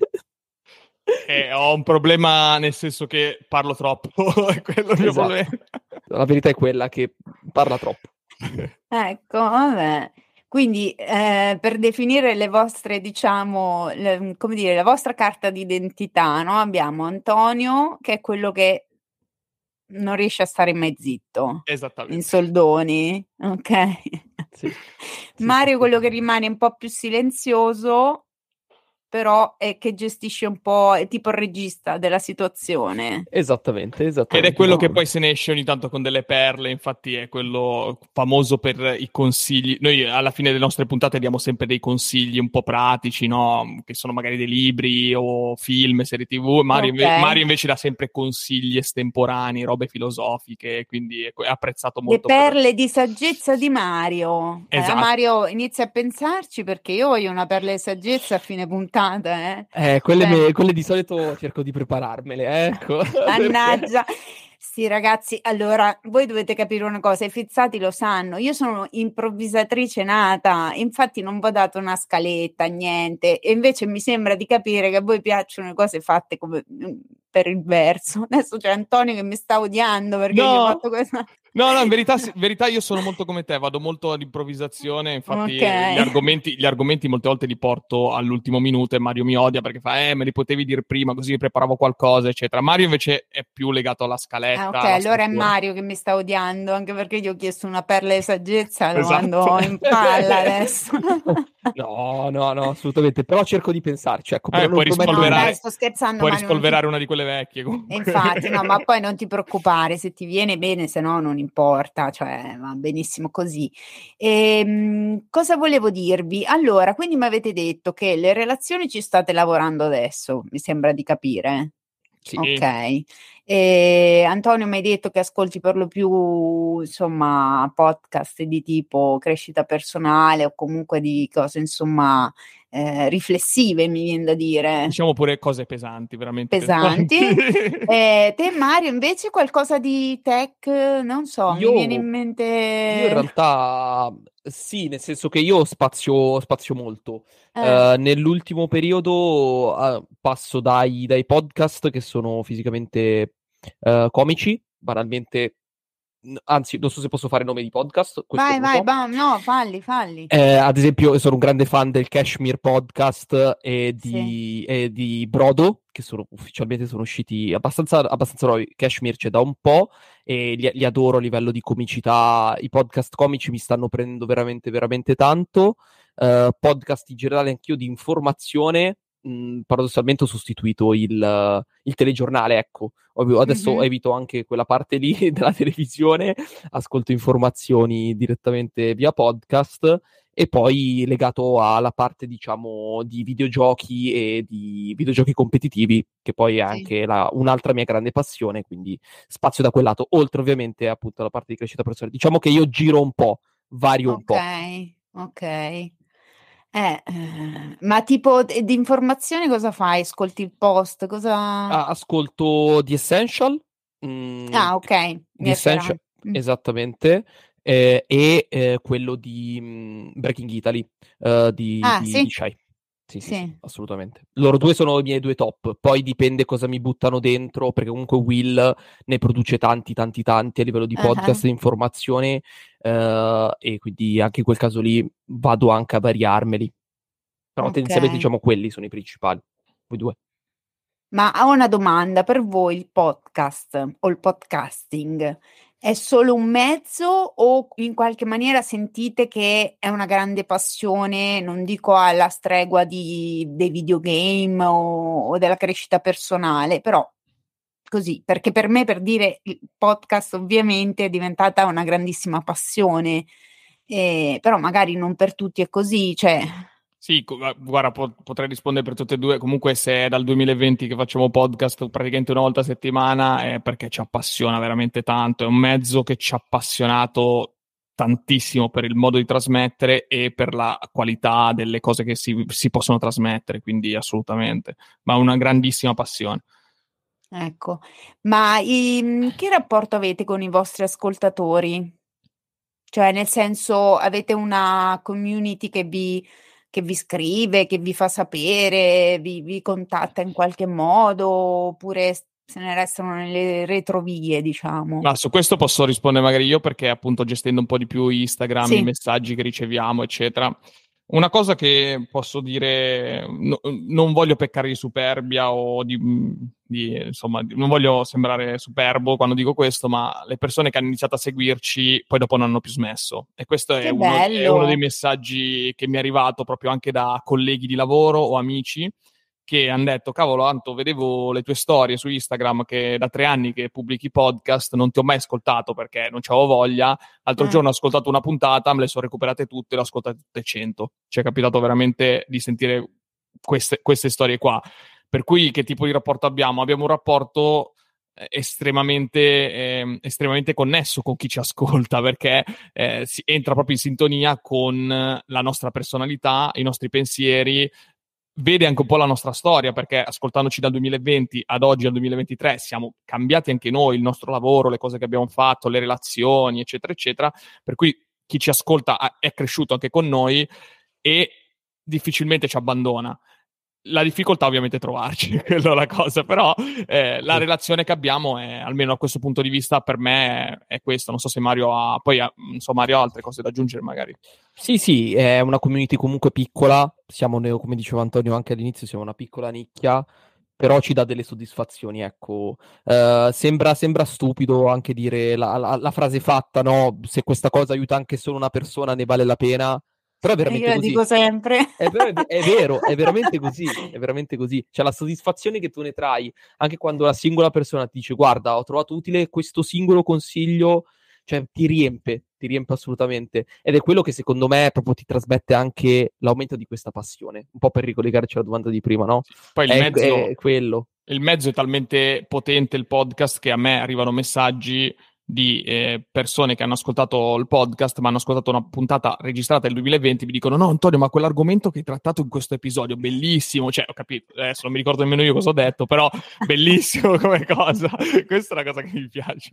Ho un problema nel senso che parlo troppo, è quello il mio problema. Esatto. La verità è quella che parla troppo. Ecco, vabbè. Quindi per definire le vostre, diciamo, come dire, la vostra carta d'identità, no? Abbiamo Antonio, che è quello che non riesce a stare mai zitto, in Esattamente. soldoni, ok? Sì. Sì, sì, Mario, sì. quello che rimane un po' più silenzioso, però è che gestisce un po', è tipo il regista della situazione. Esattamente, Ed è esattamente quello che così. poi se ne esce ogni tanto con delle perle, infatti è quello famoso per i consigli. Noi alla fine delle nostre puntate diamo sempre dei consigli un po' pratici, no? Che sono magari dei libri o film, serie TV. Ok. Mario invece dà sempre consigli estemporanei, robe filosofiche, quindi è apprezzato Le molto per... perle di saggezza di Mario. Esatto. Mario, inizia a pensarci perché io voglio una perla di saggezza a fine puntata, eh. Quelle, Cioè, quelle di solito cerco di prepararmele, ecco, perché... mannaggia. Sì, ragazzi, allora voi dovete capire una cosa, i fizzati lo sanno, io sono improvvisatrice nata, infatti non vi ho dato una scaletta, niente, e invece mi sembra di capire che a voi piacciono le cose fatte come per il verso. Adesso c'è Antonio che mi sta odiando perché gli ho fatto questa... No, in verità io sono molto come te, vado molto ad improvvisazione, infatti Ok. gli argomenti molte volte li porto all'ultimo minuto e Mario mi odia perché fa me li potevi dire prima così mi preparavo qualcosa, eccetera. Mario invece è più legato alla Ah, ok, scaletta, alla allora è struttura. Mario che mi sta odiando, anche perché gli ho chiesto una perla di saggezza, lo Esatto. mando in palla adesso. No, assolutamente. Però cerco di pensarci, ecco, però non Puoi prometto No, dai, rispolverare, sto scherzando, puoi Mario, non ti... rispolverare una di quelle vecchie comunque. Infatti, no, ma poi non ti preoccupare, se ti viene bene, se no non importa, cioè va benissimo così. Cosa volevo dirvi? Allora, quindi mi avete detto che le relazioni ci state lavorando adesso, mi sembra di capire. Sì. Ok. Antonio, mi hai detto che ascolti per lo più, insomma, podcast di tipo crescita personale o comunque di cose, insomma, riflessive, mi viene da dire, Diciamo pure cose pesanti, veramente pesanti. pesanti. Te, Mario, invece qualcosa di tech, non so, mi viene in Io, io in mente... realtà sì, nel senso che io spazio molto. eh, Nell'ultimo periodo passo dai podcast che sono fisicamente comici, banalmente, anzi, non so se posso fare nome di podcast, questo vai, non lo vai, so. bam, no, falli. Ad esempio, io sono un grande fan del Kashmir Podcast Sì. e di Brodo, che ufficialmente sono usciti abbastanza nuovi. Kashmir c'è da un po' e li adoro a livello di comicità. I podcast comici mi stanno prendendo veramente, veramente tanto. Podcast in generale anch'io di informazione. Paradossalmente ho sostituito il telegiornale, ecco. Adesso Mhm. evito anche quella parte lì della televisione, ascolto informazioni direttamente via podcast e poi legato alla parte, diciamo, di videogiochi e di videogiochi competitivi, che poi è Sì. anche un'altra mia grande passione, quindi spazio da quel lato, oltre ovviamente appunto alla parte di crescita personale. Diciamo che io giro un po', vario un Ok, po'. ok. Ma tipo di informazioni cosa fai? Ascolti il post? Cosa... Ascolto The Essential, mm, Ah, ok, The mi è Essential, ferrato. Mm. esattamente, quello di Breaking Italy, Ah, di sì, Shai. Sì, sì. assolutamente. Loro due sono i miei due top. Poi dipende cosa mi buttano dentro, perché comunque Will ne produce tanti a livello di Ah, podcast e informazione, e quindi anche in quel caso lì vado anche a variarmeli. Però ok. tendenzialmente diciamo quelli sono i principali. Voi due. Ma ho una domanda per voi, il podcast o il podcasting è solo un mezzo o in qualche maniera sentite che è una grande passione, non dico alla stregua dei videogame o della crescita personale, però così, perché per me, per dire, il podcast ovviamente è diventata una grandissima passione, però magari non per tutti è così, cioè... Sì, guarda, potrei rispondere per tutte e due. Comunque, se è dal 2020 che facciamo podcast praticamente una volta a settimana, è perché ci appassiona veramente tanto. È un mezzo che ci ha appassionato tantissimo per il modo di trasmettere e per la qualità delle cose che si possono trasmettere, quindi assolutamente. Ma una grandissima passione. Ecco, ma che rapporto avete con i vostri ascoltatori? Cioè, nel senso, avete una community che vi scrive, che vi fa sapere, vi contatta in qualche modo, oppure se ne restano nelle retrovie, diciamo? Ma su questo posso rispondere magari io perché appunto gestendo un po' di più Instagram, i Sì, messaggi che riceviamo, eccetera. Una cosa che posso dire, non voglio peccare di superbia o insomma, non voglio sembrare superbo quando dico questo, ma le persone che hanno iniziato a seguirci poi dopo non hanno più smesso. E questo che è uno dei bello. messaggi che mi è arrivato proprio anche da colleghi di lavoro o amici che hanno detto, cavolo Anto, vedevo le tue storie su Instagram che da 3 anni che pubblichi podcast, non ti ho mai ascoltato perché non c'avevo voglia, l'altro Eh, giorno ho ascoltato una puntata, me le sono recuperate tutte, le ho ascoltate tutte 100. Ci è capitato veramente di sentire queste storie qua. Per cui che tipo di rapporto abbiamo? Abbiamo un rapporto estremamente connesso con chi ci ascolta perché si entra proprio in sintonia con la nostra personalità, i nostri pensieri, vede anche un po' la nostra storia, perché ascoltandoci dal 2020 ad oggi, al 2023, siamo cambiati anche noi, il nostro lavoro, le cose che abbiamo fatto, le relazioni, eccetera, eccetera. Per cui chi ci ascolta è cresciuto anche con noi e difficilmente ci abbandona. La difficoltà ovviamente è trovarci, quello è la cosa, però la relazione che abbiamo è, almeno da questo punto di vista, per me è questo. Non so se Mario ha, poi non so, Mario ha altre cose da aggiungere magari. Sì, è una community comunque piccola, siamo, come diceva Antonio anche all'inizio, siamo una piccola nicchia, però ci dà delle soddisfazioni, ecco. Sembra stupido anche dire la frase fatta, no? Se questa cosa aiuta anche solo una persona ne vale la pena, però è Io veramente la così. dico sempre. È vero, è veramente così, è veramente così. Cioè la soddisfazione che tu ne trai, anche quando la singola persona ti dice guarda, ho trovato utile questo singolo consiglio, cioè ti riempie assolutamente. Ed è quello che secondo me proprio ti trasmette anche l'aumento di questa passione. Un po' per ricollegarci alla domanda di prima, no? Sì. Poi È quello. il mezzo è talmente potente, il podcast, che a me arrivano messaggi di persone che hanno ascoltato il podcast, ma hanno ascoltato una puntata registrata nel 2020, mi dicono no Antonio, ma quell'argomento che hai trattato in questo episodio, bellissimo, cioè ho capito, adesso non mi ricordo nemmeno io cosa ho detto, però bellissimo come cosa, questa è una cosa che mi piace.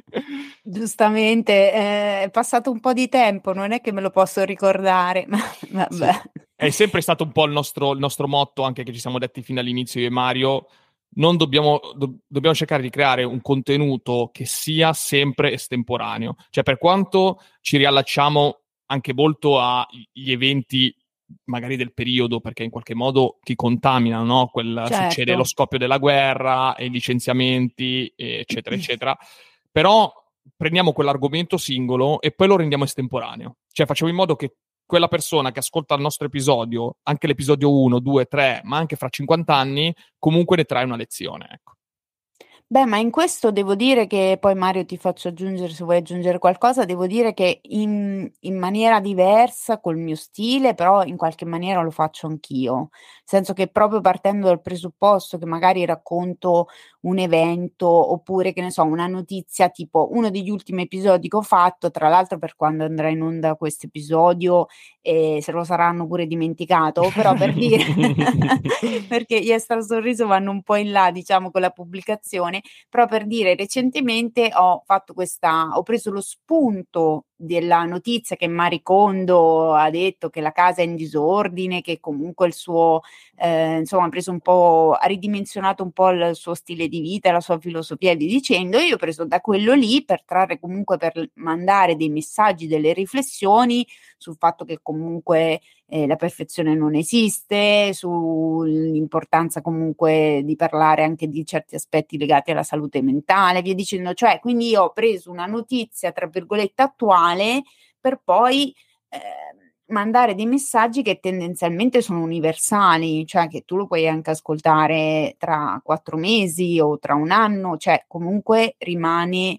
Giustamente, è passato un po' di tempo, non è che me lo posso ricordare, ma Sì. vabbè. È sempre stato un po' il nostro motto, anche che ci siamo detti fin dall'inizio io e Mario, non dobbiamo, dobbiamo cercare di creare un contenuto che sia sempre estemporaneo. Cioè, per quanto ci riallacciamo anche molto agli eventi magari del periodo, perché in qualche modo ti contaminano, no? Succede lo Certo. scoppio della guerra, e i licenziamenti, eccetera, eccetera. Però prendiamo quell'argomento singolo e poi lo rendiamo estemporaneo. Cioè, facciamo in modo che quella persona che ascolta il nostro episodio, anche l'episodio 1, 2, 3, ma anche fra 50 anni, comunque ne trae una lezione, ecco. Beh, ma in questo devo dire che poi Mario ti faccio aggiungere, se vuoi aggiungere qualcosa, devo dire che in maniera diversa, col mio stile, però in qualche maniera lo faccio anch'io. Nel senso che proprio partendo dal presupposto che magari racconto un evento oppure, che ne so, una notizia, tipo uno degli ultimi episodi che ho fatto, tra l'altro per quando andrà in onda questo episodio, se lo saranno pure dimenticato, però per dire, perché gli Sorriso vanno un po' in là, diciamo, con la pubblicazione, però per dire, recentemente ho preso lo spunto della notizia che Marie Kondo ha detto che la casa è in disordine, che comunque il suo, insomma, ha preso un po', ha ridimensionato un po' il suo stile di vita, la sua filosofia e via dicendo. Io ho preso da quello lì per trarre comunque, per mandare dei messaggi, delle riflessioni sul fatto che comunque la perfezione non esiste, sull'importanza comunque di parlare anche di certi aspetti legati alla salute mentale, via dicendo. Cioè, quindi io ho preso una notizia, tra virgolette, attuale per poi mandare dei messaggi che tendenzialmente sono universali, cioè che tu lo puoi anche ascoltare tra 4 mesi o tra un anno, cioè comunque rimane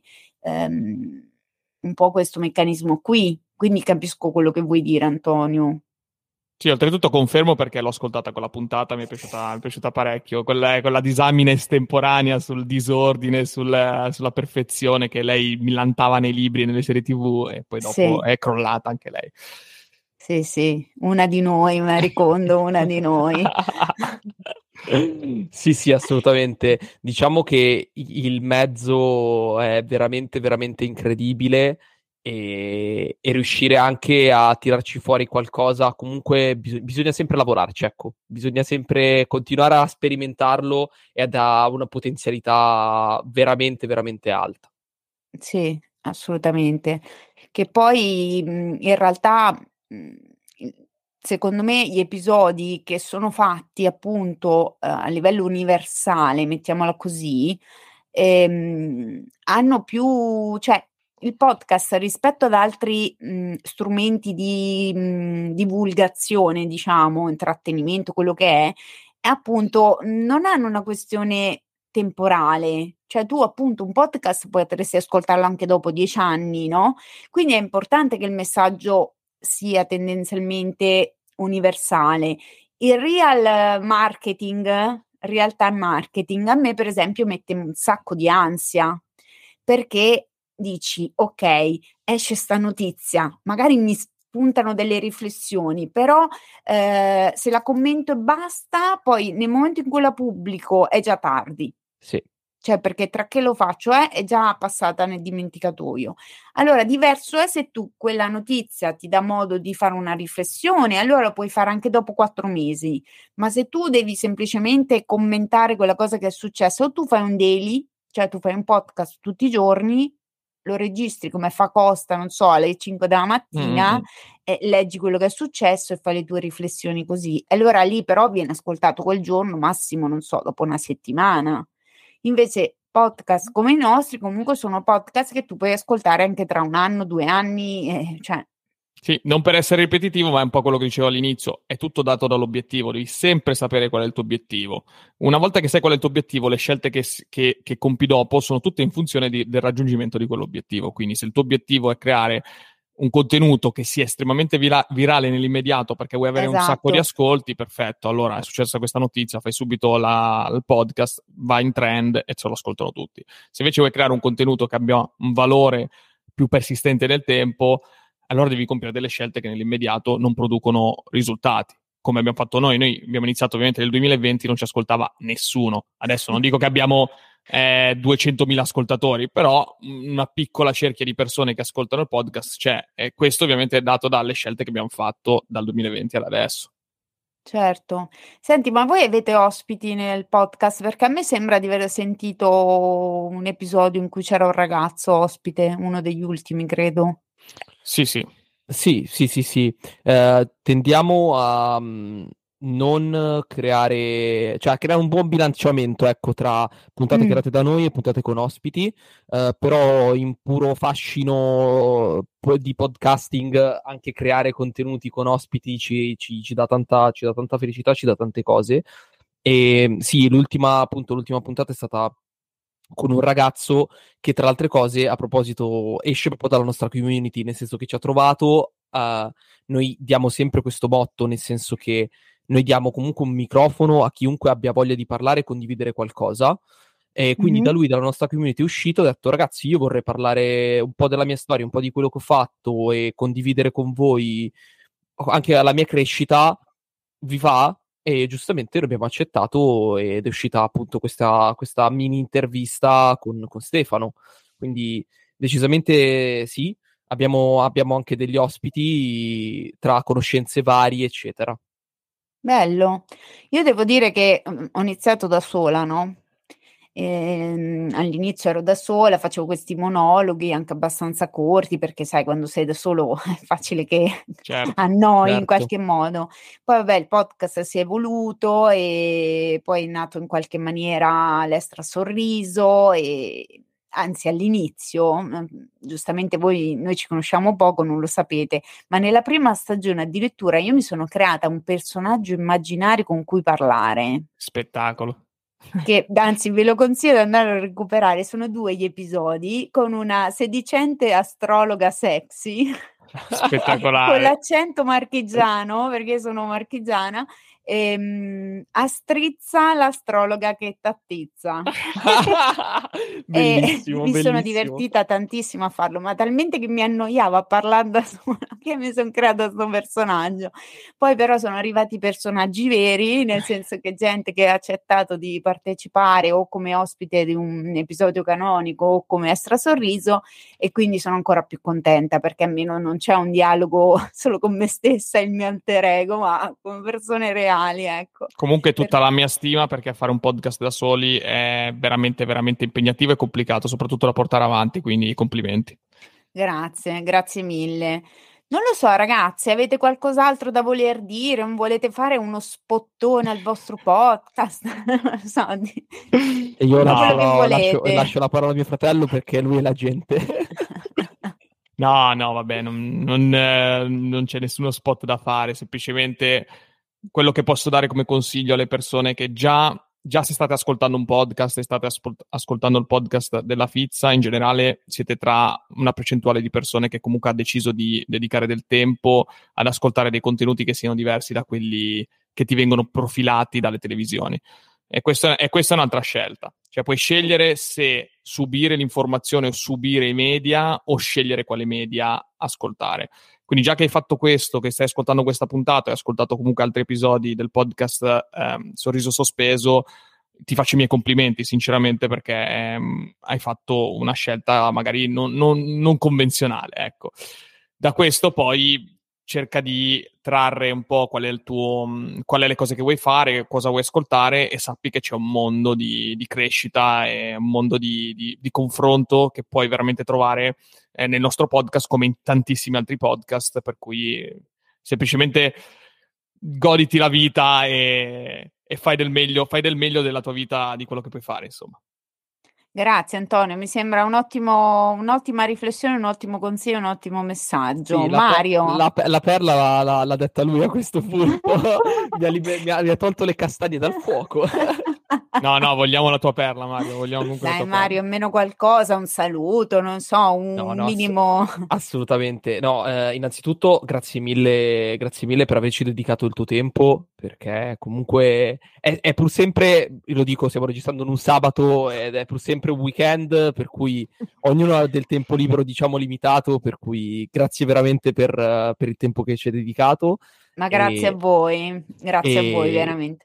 un po' questo meccanismo qui. Quindi capisco quello che vuoi dire, Antonio. Sì, oltretutto confermo perché l'ho ascoltata quella puntata, mi è piaciuta parecchio. Quella disamina estemporanea sul disordine, sulla perfezione che lei millantava nei libri e nelle serie TV, e poi dopo Sì, è crollata anche lei. sì, sì, una di noi, Marie Kondo, una di noi. Sì, assolutamente. Diciamo che il mezzo è veramente, veramente incredibile e riuscire anche a tirarci fuori qualcosa, comunque bisogna sempre lavorarci, ecco. Bisogna sempre continuare a sperimentarlo ed ha una potenzialità veramente, veramente alta. Sì, assolutamente. Che poi in realtà, secondo me, gli episodi che sono fatti appunto a livello universale, mettiamola così, hanno più, cioè il podcast rispetto ad altri strumenti di divulgazione, diciamo, intrattenimento, quello che è appunto non hanno una questione temporale, cioè tu appunto un podcast potresti ascoltarlo anche dopo 10 anni, no? Quindi è importante che il messaggio sia tendenzialmente universale. Il real time marketing, a me per esempio mette un sacco di ansia, perché dici, ok, esce sta notizia, magari mi spuntano delle riflessioni, però se la commento e basta, poi nel momento in cui la pubblico è già tardi. Sì. Cioè, perché tra che lo faccio è già passata nel dimenticatoio. Allora, diverso è se tu quella notizia ti dà modo di fare una riflessione, allora lo puoi fare anche dopo 4 mesi. Ma se tu devi semplicemente commentare quella cosa che è successa, o tu fai un daily, cioè tu fai un podcast tutti i giorni, lo registri come fa Costa, non so, alle 5 della mattina, leggi quello che è successo e fai le tue riflessioni così. E allora lì però viene ascoltato quel giorno, massimo, non so, dopo una settimana. Invece podcast come i nostri comunque sono podcast che tu puoi ascoltare anche tra 1 anno, 2 anni, cioè. Sì, non per essere ripetitivo, ma è un po' quello che dicevo all'inizio, è tutto dato dall'obiettivo, devi sempre sapere qual è il tuo obiettivo. Una volta che sai qual è il tuo obiettivo, le scelte che compi dopo sono tutte in funzione del raggiungimento di quell'obiettivo. Quindi se il tuo obiettivo è creare un contenuto che sia estremamente virale nell'immediato perché vuoi avere un sacco di ascolti, perfetto, allora è successa questa notizia, fai subito il podcast, va in trend e ce lo ascoltano tutti. Se invece vuoi creare un contenuto che abbia un valore più persistente nel tempo, allora devi compiere delle scelte che nell'immediato non producono risultati. Come abbiamo fatto noi abbiamo iniziato ovviamente nel 2020, non ci ascoltava nessuno. Adesso non dico che abbiamo 200.000 ascoltatori, però una piccola cerchia di persone che ascoltano il podcast c'è, e questo ovviamente è dato dalle scelte che abbiamo fatto dal 2020 ad adesso. Certo. Senti, ma voi avete ospiti nel podcast? Perché a me sembra di aver sentito un episodio in cui c'era un ragazzo ospite, uno degli ultimi, credo. Sì, sì. Sì. Tendiamo a non creare, cioè a creare un buon bilanciamento, ecco, tra puntate create da noi e puntate con ospiti, però in puro fascino di podcasting anche creare contenuti con ospiti ci dà tanta felicità, ci dà tante cose. E sì, l'ultima puntata è stata con un ragazzo che, tra le altre cose, a proposito, esce proprio dalla nostra community, nel senso che ci ha trovato, noi diamo sempre questo motto, nel senso che noi diamo comunque un microfono a chiunque abbia voglia di parlare e condividere qualcosa. E quindi da lui, dalla nostra community, è uscito e ha detto: ragazzi, io vorrei parlare un po' della mia storia, un po' di quello che ho fatto e condividere con voi anche la mia crescita, vi va? E giustamente l'abbiamo accettato ed è uscita appunto questa mini intervista con Stefano. Quindi decisamente sì, abbiamo anche degli ospiti tra conoscenze varie, eccetera. Bello. Io devo dire che ho iniziato da sola, no? All'inizio ero da sola, facevo questi monologhi anche abbastanza corti, perché sai, quando sei da solo è facile che annoi in qualche modo. Poi vabbè, il podcast si è evoluto e poi è nato in qualche maniera l'Extra Sorriso, e anzi all'inizio, giustamente noi ci conosciamo poco, non lo sapete, ma nella prima stagione addirittura io mi sono creata un personaggio immaginario con cui parlare. Spettacolo. Che anzi ve lo consiglio di andare a recuperare, sono 2 gli episodi con una sedicente astrologa sexy spettacolare con l'accento marchigiano, perché sono marchigiana, Astrizza l'astrologa che tattizza. Bellissimo, mi sono divertita tantissimo a farlo, ma talmente che mi annoiava parlando da sola che mi son creata 'sto personaggio. Poi però sono arrivati personaggi veri, nel senso che gente che ha accettato di partecipare o come ospite di un episodio canonico o come Extra Sorriso, e quindi sono ancora più contenta perché almeno non c'è un dialogo solo con me stessa e il mio alter ego, ma con persone reali, ecco. Comunque tutta la mia stima, perché fare un podcast da soli è veramente, veramente impegnativo e complicato, soprattutto da portare avanti, quindi complimenti. Grazie mille. Non lo so, ragazzi, avete qualcos'altro da voler dire? Non volete fare uno spottone al vostro podcast? Non lo so. E io lascio la parola a mio fratello perché lui è la gente. No, vabbè, non c'è nessuno spot da fare, semplicemente quello che posso dare come consiglio alle persone che già se state ascoltando un podcast e state ascoltando il podcast della Fizza, in generale siete tra una percentuale di persone che comunque ha deciso di dedicare del tempo ad ascoltare dei contenuti che siano diversi da quelli che ti vengono profilati dalle televisioni. E questa è un'altra scelta. Cioè puoi scegliere se subire l'informazione o subire i media, o scegliere quale media ascoltare. Quindi già che hai fatto questo, che stai ascoltando questa puntata e hai ascoltato comunque altri episodi del podcast Sorriso Sospeso, ti faccio i miei complimenti sinceramente, perché hai fatto una scelta magari non convenzionale, ecco. Da questo poi cerca di trarre un po' qual è le cose che vuoi fare, cosa vuoi ascoltare, e sappi che c'è un mondo di crescita e un mondo di confronto che puoi veramente trovare nel nostro podcast, come in tantissimi altri podcast, per cui semplicemente goditi la vita e fai del meglio della tua vita, di quello che puoi fare, insomma. Grazie Antonio, mi sembra un'ottima riflessione, un ottimo consiglio, un ottimo messaggio. Sì, Mario? la perla l'ha detta lui a questo punto. mi ha tolto le castagne dal fuoco. No, vogliamo la tua perla, Mario. Vogliamo comunque Dai la tua Mario, almeno qualcosa, un saluto, non so, un minimo... Assolutamente. No, innanzitutto grazie mille per averci dedicato il tuo tempo, perché comunque è pur sempre, lo dico, stiamo registrando in un sabato ed è pur sempre un weekend, per cui ognuno ha del tempo libero, diciamo, limitato, per cui grazie veramente per il tempo che ci hai dedicato. Ma grazie a voi veramente.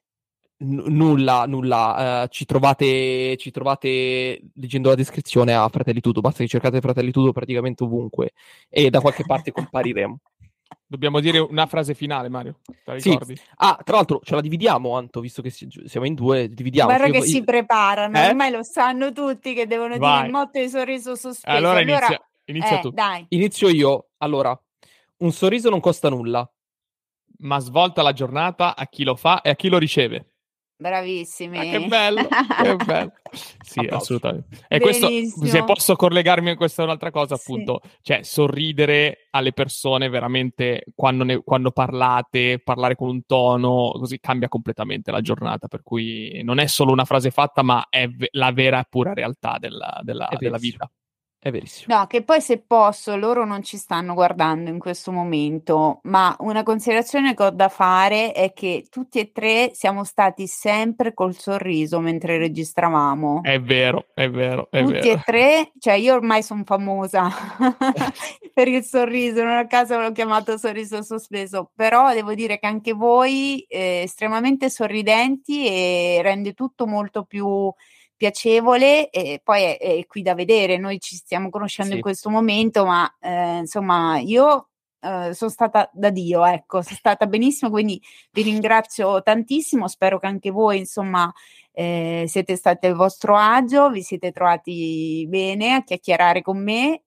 Nulla. Ci trovate leggendo la descrizione a Fratelli Tudo. Basta che cercate Fratelli Tudo praticamente ovunque e da qualche parte compariremo. Dobbiamo dire una frase finale, Mario. Te la ricordi? Sì. Tra l'altro ce la dividiamo, Anto, visto che siamo in due, dividiamo. Guarda che si preparano, ormai lo sanno tutti che devono dire il motto di sorriso sospeso. Allora inizia tu. Dai. Inizio io. Allora, un sorriso non costa nulla, ma svolta la giornata a chi lo fa e a chi lo riceve. Bravissimi. Che bello, che bello. Sì, Applauso. Assolutamente. E questo, se posso collegarmi a questa un'altra cosa, appunto, cioè sorridere alle persone veramente quando parlare con un tono, così cambia completamente la giornata, per cui non è solo una frase fatta, ma è la vera e pura realtà della vita. È verissimo. No, che poi se posso, loro non ci stanno guardando in questo momento, ma una considerazione che ho da fare è che tutti e tre siamo stati sempre col sorriso mentre registravamo. È vero. Tutti e tre, cioè io ormai sono famosa per il sorriso, non a caso l'ho chiamato sorriso sospeso, però devo dire che anche voi estremamente sorridenti e rende tutto molto più piacevole, e poi è qui da vedere, noi ci stiamo conoscendo in questo momento, ma insomma io sono stata da Dio, ecco, sono stata benissimo, quindi vi ringrazio tantissimo, spero che anche voi insomma siete stati al vostro agio, vi siete trovati bene a chiacchierare con me,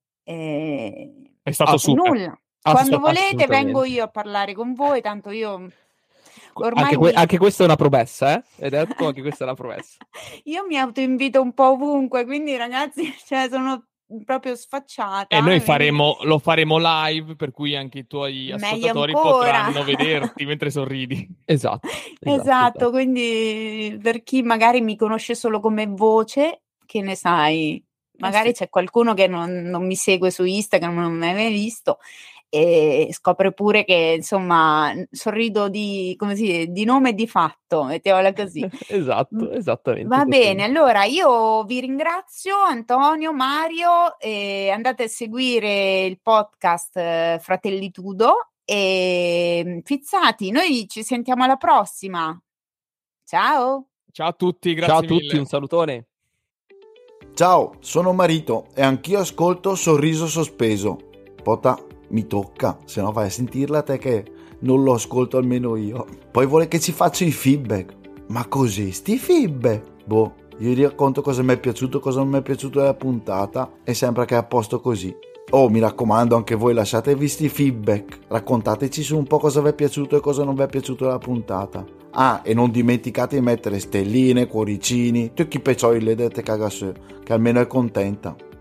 è stato super. Nulla, quando volete vengo io a parlare con voi, tanto io ormai anche questa è una promessa, Hai detto anche questa è una promessa. Io mi autoinvito un po' ovunque, quindi ragazzi, cioè sono proprio sfacciata. E noi lo faremo live, per cui anche i tuoi ascoltatori potranno vederti mentre sorridi. Esatto. Quindi per chi magari mi conosce solo come voce, che ne sai, magari c'è qualcuno che non mi segue su Instagram, non mi ha mai visto, e scopre pure che insomma sorrido di nome e di fatto, mettiamola così. Esatto, esattamente. Va bene, allora io vi ringrazio Antonio, Mario, e andate a seguire il podcast Fratelli Tudo e Fizzati, noi ci sentiamo alla prossima. Ciao a tutti, grazie Ciao a tutti, mille. un salutone. Ciao, sono Marito e anch'io ascolto Sorriso Sospeso. Pota, mi tocca, se no vai a sentirla te che non lo ascolto almeno io. Poi vuole che ci faccia i feedback. Ma così, sti feedback? Io vi racconto cosa mi è piaciuto, cosa non mi è piaciuto della puntata e sembra che è a posto così. Mi raccomando, anche voi lasciatevi sti feedback. Raccontateci su un po' cosa vi è piaciuto e cosa non vi è piaciuto della puntata. E non dimenticate di mettere stelline, cuoricini, tutti i peccioli le dette cagasse, che almeno è contenta.